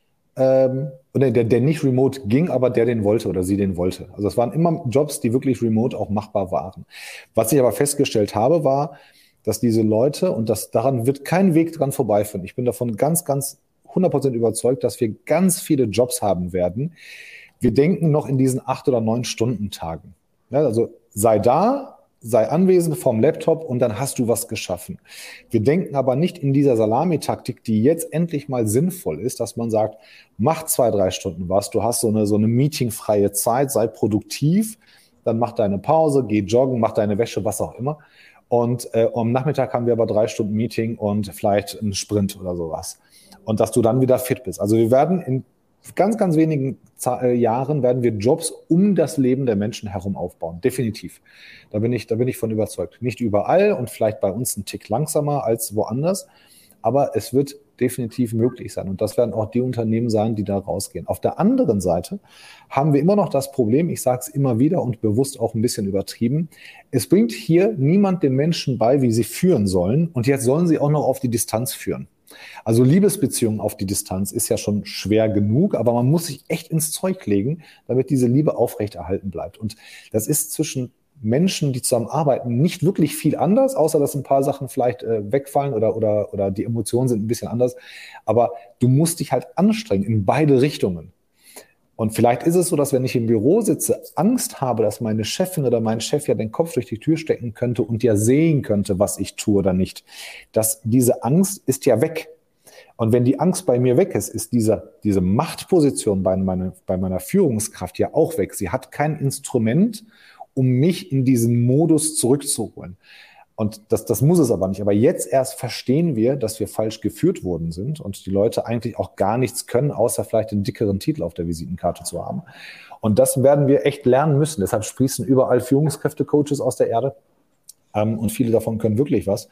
oder der nicht remote ging, aber der den wollte oder sie den wollte. Also es waren immer Jobs, die wirklich remote auch machbar waren. Was ich aber festgestellt habe, war, dass diese Leute, und daran wird kein Weg dran vorbeiführen, ich bin davon ganz, ganz 100% überzeugt, dass wir ganz viele Jobs haben werden. Wir denken noch in diesen 8 oder 9 Stunden Tagen. Ja, also sei da, sei anwesend vom Laptop und dann hast du was geschaffen. Wir denken aber nicht in dieser Salamitaktik, die jetzt endlich mal sinnvoll ist, dass man sagt, mach 2, 3 Stunden was, du hast so eine meetingfreie Zeit, sei produktiv, dann mach deine Pause, geh joggen, mach deine Wäsche, was auch immer. Und am Nachmittag haben wir aber 3 Stunden Meeting und vielleicht einen Sprint oder sowas. Und dass du dann wieder fit bist. Also wir werden in ganz, ganz wenigen Jahren werden wir Jobs um das Leben der Menschen herum aufbauen. Definitiv. Da bin ich von überzeugt. Nicht überall und vielleicht bei uns ein Tick langsamer als woanders. Aber es wird definitiv möglich sein. Und das werden auch die Unternehmen sein, die da rausgehen. Auf der anderen Seite haben wir immer noch das Problem, ich sage es immer wieder und bewusst auch ein bisschen übertrieben, es bringt hier niemand den Menschen bei, wie sie führen sollen. Und jetzt sollen sie auch noch auf die Distanz führen. Also Liebesbeziehungen auf die Distanz ist ja schon schwer genug, aber man muss sich echt ins Zeug legen, damit diese Liebe aufrechterhalten bleibt. Und das ist zwischen Menschen, die zusammen arbeiten, nicht wirklich viel anders, außer dass ein paar Sachen vielleicht wegfallen oder die Emotionen sind ein bisschen anders. Aber du musst dich halt anstrengen in beide Richtungen. Und vielleicht ist es so, dass wenn ich im Büro sitze, Angst habe, dass meine Chefin oder mein Chef ja den Kopf durch die Tür stecken könnte und ja sehen könnte, was ich tue oder nicht. Diese Angst ist ja weg. Und wenn die Angst bei mir weg ist, ist diese Machtposition bei meiner Führungskraft ja auch weg. Sie hat kein Instrument, um mich in diesen Modus zurückzuholen. Und das muss es aber nicht. Aber jetzt erst verstehen wir, dass wir falsch geführt worden sind und die Leute eigentlich auch gar nichts können, außer vielleicht einen dickeren Titel auf der Visitenkarte zu haben. Und das werden wir echt lernen müssen. Deshalb sprießen überall Führungskräfte-Coaches aus der Erde. Und viele davon können wirklich was.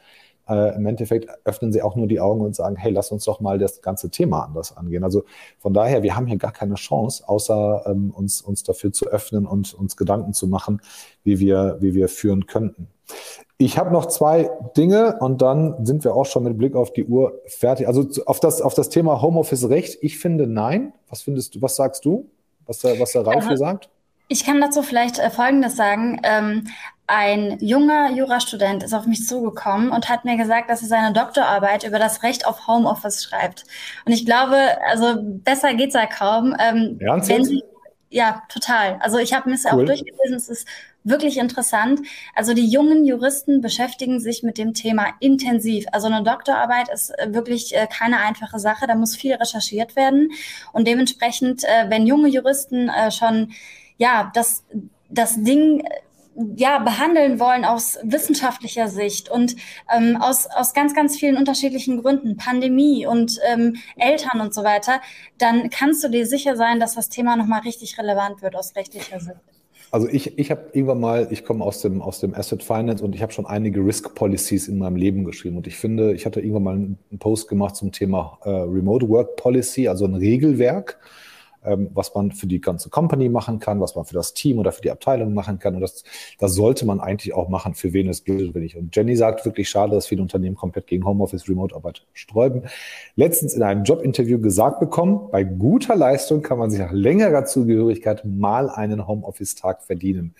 im Endeffekt öffnen sie auch nur die Augen und sagen, hey, lass uns doch mal das ganze Thema anders angehen. Also von daher, wir haben hier gar keine Chance, außer uns dafür zu öffnen und uns Gedanken zu machen, wie wir führen könnten. Ich habe noch 2 Dinge und dann sind wir auch schon mit Blick auf die Uhr fertig. Also auf das Thema Homeoffice-Recht, ich finde nein. Was findest du, was sagst du, was der Ralf hier sagt? Ich kann dazu vielleicht Folgendes sagen. Ein junger Jurastudent ist auf mich zugekommen und hat mir gesagt, dass er seine Doktorarbeit über das Recht auf Homeoffice schreibt. Und ich glaube, also besser geht's ja kaum. Ernst Wenn jetzt? Sie, ja, total. Also ich habe mir es ja auch Cool. durchgelesen. Es ist wirklich interessant. Also die jungen Juristen beschäftigen sich mit dem Thema intensiv. Also eine Doktorarbeit ist wirklich keine einfache Sache. Da muss viel recherchiert werden. Und dementsprechend, wenn junge Juristen schon ja, das Ding ja, behandeln wollen aus wissenschaftlicher Sicht und aus ganz, ganz vielen unterschiedlichen Gründen, Pandemie und Eltern und so weiter, dann kannst du dir sicher sein, dass das Thema nochmal richtig relevant wird aus rechtlicher Sicht. Also ich habe irgendwann mal, ich komme aus dem Asset Finance und ich habe schon einige Risk Policies in meinem Leben geschrieben. Und ich finde, ich hatte irgendwann mal einen Post gemacht zum Thema Remote Work Policy, also ein Regelwerk, was man für die ganze Company machen kann, was man für das Team oder für die Abteilung machen kann. Und das sollte man eigentlich auch machen, für wen es gilt, will ich. Und Jenny sagt wirklich schade, dass viele Unternehmen komplett gegen Homeoffice, Remote-Arbeit sträuben. Letztens in einem Jobinterview gesagt bekommen, bei guter Leistung kann man sich nach längerer Zugehörigkeit mal einen Homeoffice-Tag verdienen.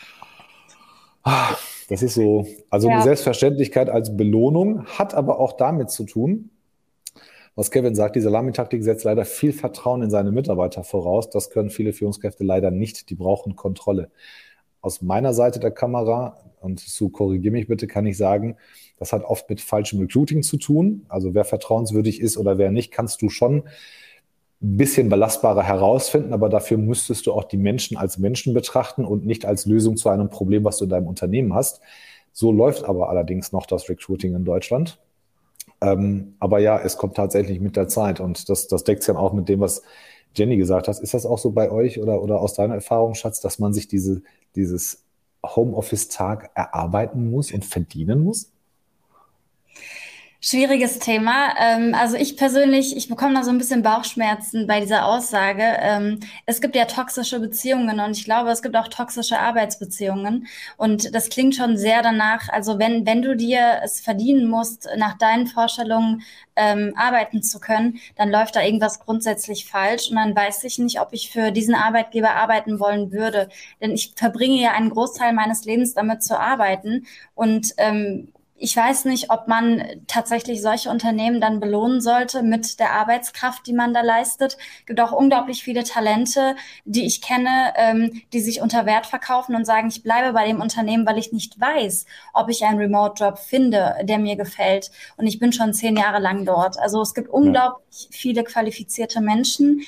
Das ist so, also eine Selbstverständlichkeit als Belohnung, hat aber auch damit zu tun, was Kevin sagt, die Salamitaktik setzt leider viel Vertrauen in seine Mitarbeiter voraus. Das können viele Führungskräfte leider nicht. Die brauchen Kontrolle. Aus meiner Seite der Kamera, und Sue, korrigiere mich bitte, kann ich sagen, das hat oft mit falschem Recruiting zu tun. Also wer vertrauenswürdig ist oder wer nicht, kannst du schon ein bisschen belastbarer herausfinden, aber dafür müsstest du auch die Menschen als Menschen betrachten und nicht als Lösung zu einem Problem, was du in deinem Unternehmen hast. So läuft aber allerdings noch das Recruiting in Deutschland. Aber ja, es kommt tatsächlich mit der Zeit und das deckt sich dann auch mit dem, was Jenny gesagt hat. Ist das auch so bei euch oder aus deiner Erfahrung, Schatz, dass man sich dieses Homeoffice-Tag erarbeiten muss und verdienen muss? Schwieriges Thema. Also ich persönlich, ich bekomme da so ein bisschen Bauchschmerzen bei dieser Aussage. Es gibt ja toxische Beziehungen und ich glaube, es gibt auch toxische Arbeitsbeziehungen. Und das klingt schon sehr danach, also wenn du dir es verdienen musst, nach deinen Vorstellungen arbeiten zu können, dann läuft da irgendwas grundsätzlich falsch und dann weiß ich nicht, ob ich für diesen Arbeitgeber arbeiten wollen würde. Denn ich verbringe ja einen Großteil meines Lebens damit zu arbeiten und ich weiß nicht, ob man tatsächlich solche Unternehmen dann belohnen sollte mit der Arbeitskraft, die man da leistet. Es gibt auch unglaublich viele Talente, die ich kenne, die sich unter Wert verkaufen und sagen, ich bleibe bei dem Unternehmen, weil ich nicht weiß, ob ich einen Remote-Job finde, der mir gefällt. Und ich bin schon 10 Jahre lang dort. Also es gibt unglaublich viele qualifizierte Menschen,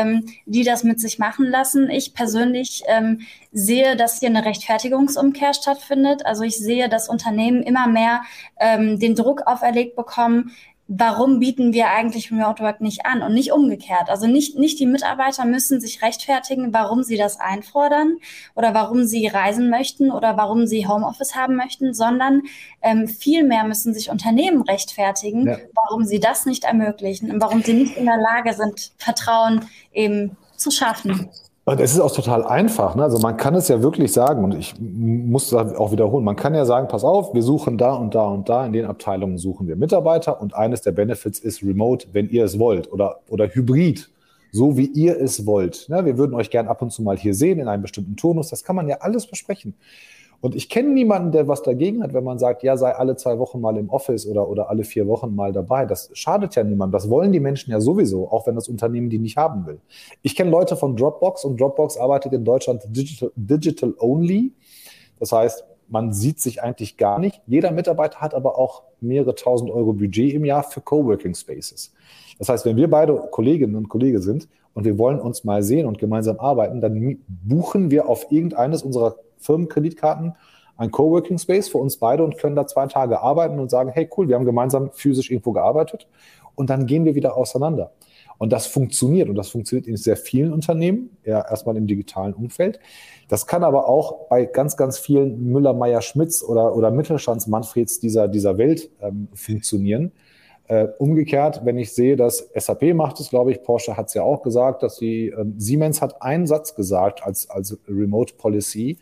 die das mit sich machen lassen. Ich persönlich sehe, dass hier eine Rechtfertigungsumkehr stattfindet. Also ich sehe, dass Unternehmen immer mehr den Druck auferlegt bekommen, warum bieten wir eigentlich Remote Work nicht an und nicht umgekehrt. Also nicht die Mitarbeiter müssen sich rechtfertigen, warum sie das einfordern oder warum sie reisen möchten oder warum sie Homeoffice haben möchten, sondern vielmehr müssen sich Unternehmen rechtfertigen, warum sie das nicht ermöglichen und warum sie nicht in der Lage sind, Vertrauen eben zu schaffen. Und es ist auch total einfach, ne? Also man kann es ja wirklich sagen, und ich muss das auch wiederholen, man kann ja sagen, pass auf, wir suchen da und da und da, in den Abteilungen suchen wir Mitarbeiter und eines der Benefits ist Remote, wenn ihr es wollt, oder Hybrid, so wie ihr es wollt. Ne? Wir würden euch gern ab und zu mal hier sehen, in einem bestimmten Turnus, das kann man ja alles besprechen. Und ich kenne niemanden, der was dagegen hat, wenn man sagt, ja, sei alle 2 Wochen mal im Office oder alle 4 Wochen mal dabei. Das schadet ja niemandem. Das wollen die Menschen ja sowieso, auch wenn das Unternehmen die nicht haben will. Ich kenne Leute von Dropbox und Dropbox arbeitet in Deutschland digital only. Das heißt, man sieht sich eigentlich gar nicht. Jeder Mitarbeiter hat aber auch mehrere tausend Euro Budget im Jahr für Coworking Spaces. Das heißt, wenn wir beide Kolleginnen und Kollegen sind und wir wollen uns mal sehen und gemeinsam arbeiten, dann buchen wir auf irgendeines unserer Firmenkreditkarten ein Coworking Space für uns beide und können da 2 Tage arbeiten und sagen, hey cool, wir haben gemeinsam physisch irgendwo gearbeitet und dann gehen wir wieder auseinander. Und das funktioniert. Und das funktioniert in sehr vielen Unternehmen, ja, erstmal im digitalen Umfeld. Das kann aber auch bei ganz, ganz vielen Müller-Meyer-Schmidts oder Mittelstands-Manfreds dieser Welt funktionieren. Umgekehrt, wenn ich sehe, dass SAP macht es, glaube ich, Porsche hat es ja auch gesagt, dass Siemens hat einen Satz gesagt als Remote Policy.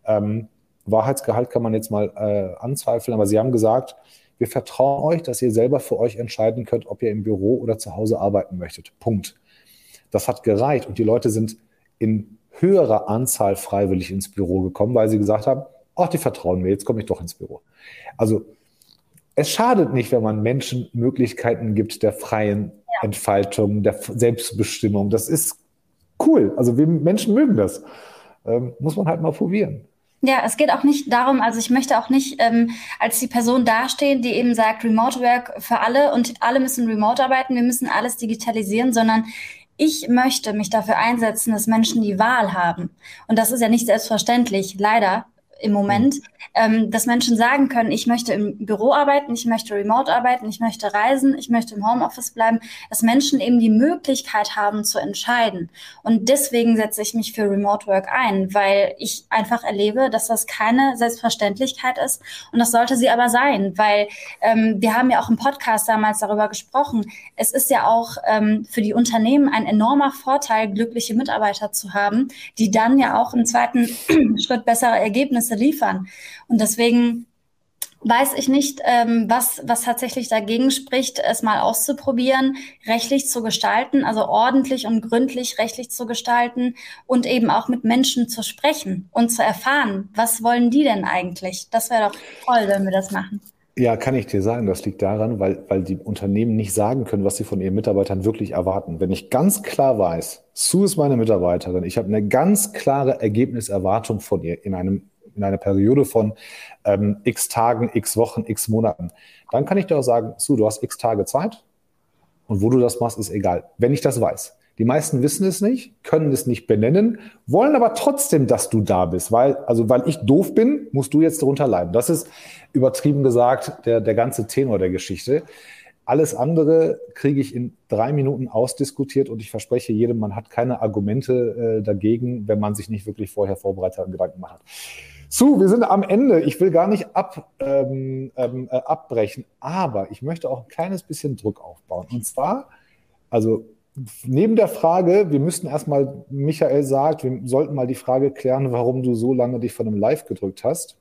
Wahrheitsgehalt kann man jetzt mal anzweifeln, aber sie haben gesagt, wir vertrauen euch, dass ihr selber für euch entscheiden könnt, ob ihr im Büro oder zu Hause arbeiten möchtet. Punkt. Das hat gereicht und die Leute sind in höherer Anzahl freiwillig ins Büro gekommen, weil sie gesagt haben, ach, die vertrauen mir, jetzt komme ich doch ins Büro. Also es schadet nicht, wenn man Menschen Möglichkeiten gibt der freien Entfaltung, der Selbstbestimmung. Das ist cool. Also wir Menschen mögen das. Muss man halt mal probieren. Ja, es geht auch nicht darum, also ich möchte auch nicht als die Person dastehen, die eben sagt, Remote Work für alle und alle müssen remote arbeiten, wir müssen alles digitalisieren, sondern ich möchte mich dafür einsetzen, dass Menschen die Wahl haben. Und das ist ja nicht selbstverständlich, leider im Moment, dass Menschen sagen können, ich möchte im Büro arbeiten, ich möchte remote arbeiten, ich möchte reisen, ich möchte im Homeoffice bleiben, dass Menschen eben die Möglichkeit haben zu entscheiden. Und deswegen setze ich mich für Remote Work ein, weil ich einfach erlebe, dass das keine Selbstverständlichkeit ist. Und das sollte sie aber sein, weil wir haben ja auch im Podcast damals darüber gesprochen. Es ist ja auch für die Unternehmen ein enormer Vorteil, glückliche Mitarbeiter zu haben, die dann ja auch im zweiten Schritt bessere Ergebnisse liefern. Und deswegen weiß ich nicht, was tatsächlich dagegen spricht, es mal auszuprobieren, rechtlich zu gestalten, also ordentlich und gründlich rechtlich zu gestalten und eben auch mit Menschen zu sprechen und zu erfahren, was wollen die denn eigentlich? Das wäre doch toll, wenn wir das machen. Ja, kann ich dir sagen, das liegt daran, weil die Unternehmen nicht sagen können, was sie von ihren Mitarbeitern wirklich erwarten. Wenn ich ganz klar weiß, Sue ist meine Mitarbeiterin, ich habe eine ganz klare Ergebniserwartung von ihr in einer Periode von x Tagen, x Wochen, x Monaten, dann kann ich dir auch sagen, Sue, du hast x Tage Zeit und wo du das machst, ist egal, wenn ich das weiß. Die meisten wissen es nicht, können es nicht benennen, wollen aber trotzdem, dass du da bist, weil ich doof bin, musst du jetzt darunter leiden. Das ist übertrieben gesagt der ganze Tenor der Geschichte. Alles andere kriege ich in 3 Minuten ausdiskutiert und ich verspreche jedem, man hat keine Argumente dagegen, wenn man sich nicht wirklich vorher vorbereitet und Gedanken macht. Sue, wir sind am Ende. Ich will gar nicht abbrechen, aber ich möchte auch ein kleines bisschen Druck aufbauen. Und zwar, also neben der Frage, wir müssten erstmal, Michael sagt, wir sollten mal die Frage klären, warum du so lange dich von einem Live gedrückt hast.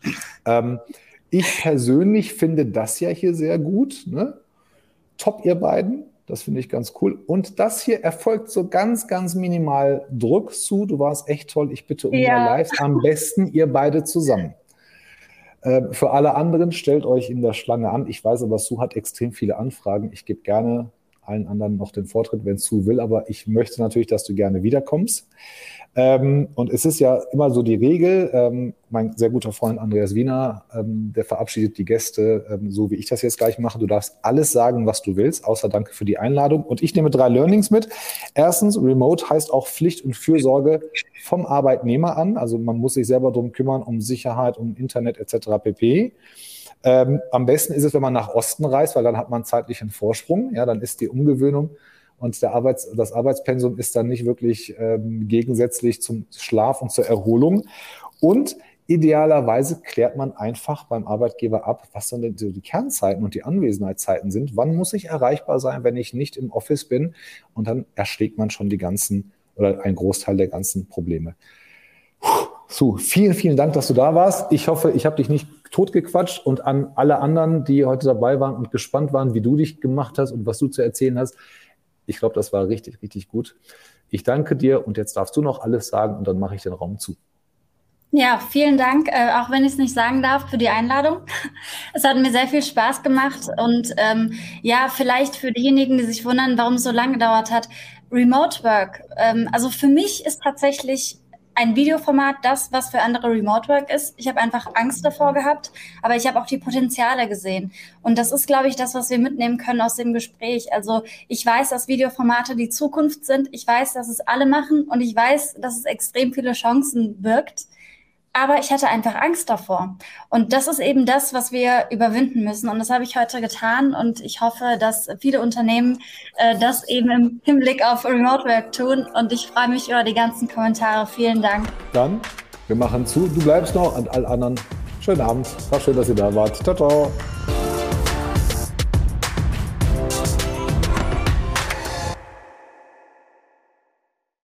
Ich persönlich finde das ja hier sehr gut. Ne? Top, ihr beiden. Das finde ich ganz cool. Und das hier erfolgt so ganz, ganz minimal Druck zu. Du warst echt toll. Ich bitte um mehr Lives. Am besten ihr beide zusammen. Für alle anderen, stellt euch in der Schlange an. Ich weiß aber, Sue hat extrem viele Anfragen. Ich gebe gerne allen anderen noch den Vortritt, wenn Sue will. Aber ich möchte natürlich, dass du gerne wiederkommst. Und es ist ja immer so die Regel, mein sehr guter Freund Andreas Wiener, der verabschiedet die Gäste, so wie ich das jetzt gleich mache. Du darfst alles sagen, was du willst, außer danke für die Einladung. Und ich nehme 3 Learnings mit. Erstens, Remote heißt auch Pflicht und Fürsorge vom Arbeitnehmer an. Also man muss sich selber darum kümmern, um Sicherheit, um Internet etc. pp. Am besten ist es, wenn man nach Osten reist, weil dann hat man zeitlichen Vorsprung. Ja, dann ist die Umgewöhnung und das Arbeitspensum ist dann nicht wirklich gegensätzlich zum Schlaf und zur Erholung. Und idealerweise klärt man einfach beim Arbeitgeber ab, was dann die Kernzeiten und die Anwesenheitszeiten sind. Wann muss ich erreichbar sein, wenn ich nicht im Office bin? Und dann erschlägt man schon die ganzen oder einen Großteil der ganzen Probleme. Sue, vielen, vielen Dank, dass du da warst. Ich hoffe, ich habe dich nicht totgequatscht und an alle anderen, die heute dabei waren und gespannt waren, wie du dich gemacht hast und was du zu erzählen hast. Ich glaube, das war richtig, richtig gut. Ich danke dir und jetzt darfst du noch alles sagen und dann mache ich den Raum zu. Ja, vielen Dank, auch wenn ich es nicht sagen darf, für die Einladung. Es hat mir sehr viel Spaß gemacht und ja, vielleicht für diejenigen, die sich wundern, warum es so lange gedauert hat, Remote Work. Also für mich ist tatsächlich ein Videoformat das, was für andere Remote Work ist. Ich habe einfach Angst davor gehabt, aber ich habe auch die Potenziale gesehen. Und das ist, glaube ich, das, was wir mitnehmen können aus dem Gespräch. Also ich weiß, dass Videoformate die Zukunft sind. Ich weiß, dass es alle machen und ich weiß, dass es extrem viele Chancen birgt. Aber ich hatte einfach Angst davor. Und das ist eben das, was wir überwinden müssen. Und das habe ich heute getan. Und ich hoffe, dass viele Unternehmen das eben im Hinblick auf Remote Work tun. Und ich freue mich über die ganzen Kommentare. Vielen Dank. Dann, wir machen zu. Du bleibst noch und all anderen. Schönen Abend. War schön, dass ihr da wart. Ciao, ciao.